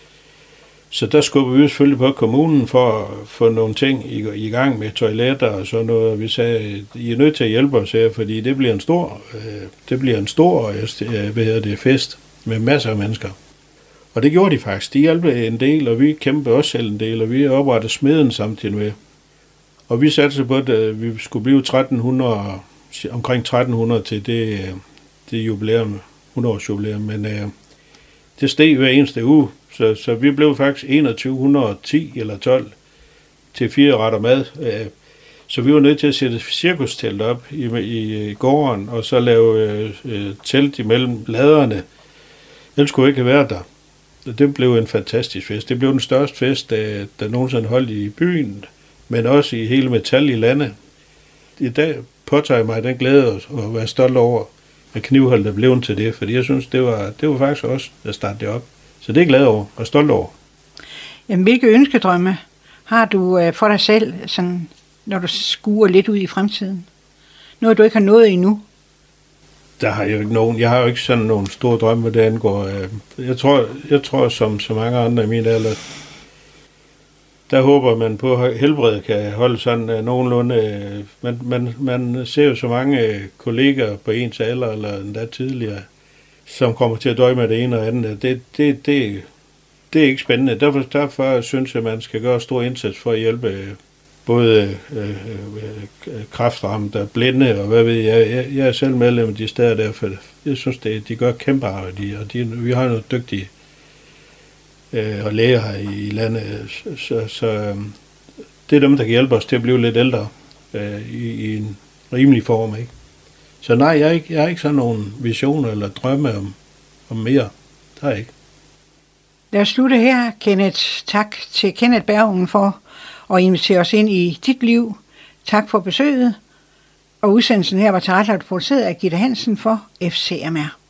Så der skubbede vi selvfølgelig på kommunen for at få nogle ting i gang med toiletter og sådan noget. Vi sagde, I er nødt til at hjælpe os her, fordi det bliver en stor fest med masser af mennesker. Og det gjorde de faktisk. De hjalp en del, og vi kæmpede også selv en del, og vi oprettede smeden samtidig med. Og vi satte på, at vi skulle blive omkring 1300 til det jubilæum, 100-års jubilæum, men det steg hver eneste uge, så vi blev faktisk 2110 eller 12 til 4 retter mad. Så vi var nødt til at sætte cirkustelt op i gården, og så lave telt imellem laderne. Ellers skulle ikke være der. Det blev en fantastisk fest. Det blev den største fest, der nogensinde holdt i byen, men også i hele Metal i landet. i dag påtager mig den glæde at være stolt over, at Knivholdet er blevet til det, fordi jeg synes, det var faktisk også at starte det op. Så det er jeg glad over og stolt over. Jamen, hvilke ønskedrømme har du for dig selv, sådan, når du skuer lidt ud i fremtiden? Noget, du ikke har nået endnu? Der har jo ikke nogen. Jeg har jo ikke sådan nogle store drømme, hvad det angår. Jeg tror som så mange andre i min alder, der håber man på, at helbredet kan holde sådan nogenlunde. Man ser jo så mange kolleger på ens alder, eller endda tidligere, som kommer til at døje med det ene og andet. Det er ikke spændende. Derfor synes jeg, at man skal gøre stor indsats for at hjælpe både kræftramte og blinde, og hvad ved jeg. Jeg er selv medlem af de steder der, for jeg synes, de gør kæmpe arbejde, og vi har nogle dygtige og læger her i landet, så det er dem, der kan hjælpe os til at blive lidt ældre i en rimelig form, ikke? Så nej, jeg har ikke sådan nogle visioner eller drømme om mere. Det har jeg ikke. Lad os slutte her, Kenneth. Tak til Kenneth Bergungen for at invitere os ind i dit liv. Tak for besøget. Og udsendelsen her var tilrettelagt og produceret af Gitte Hansen for FCMR.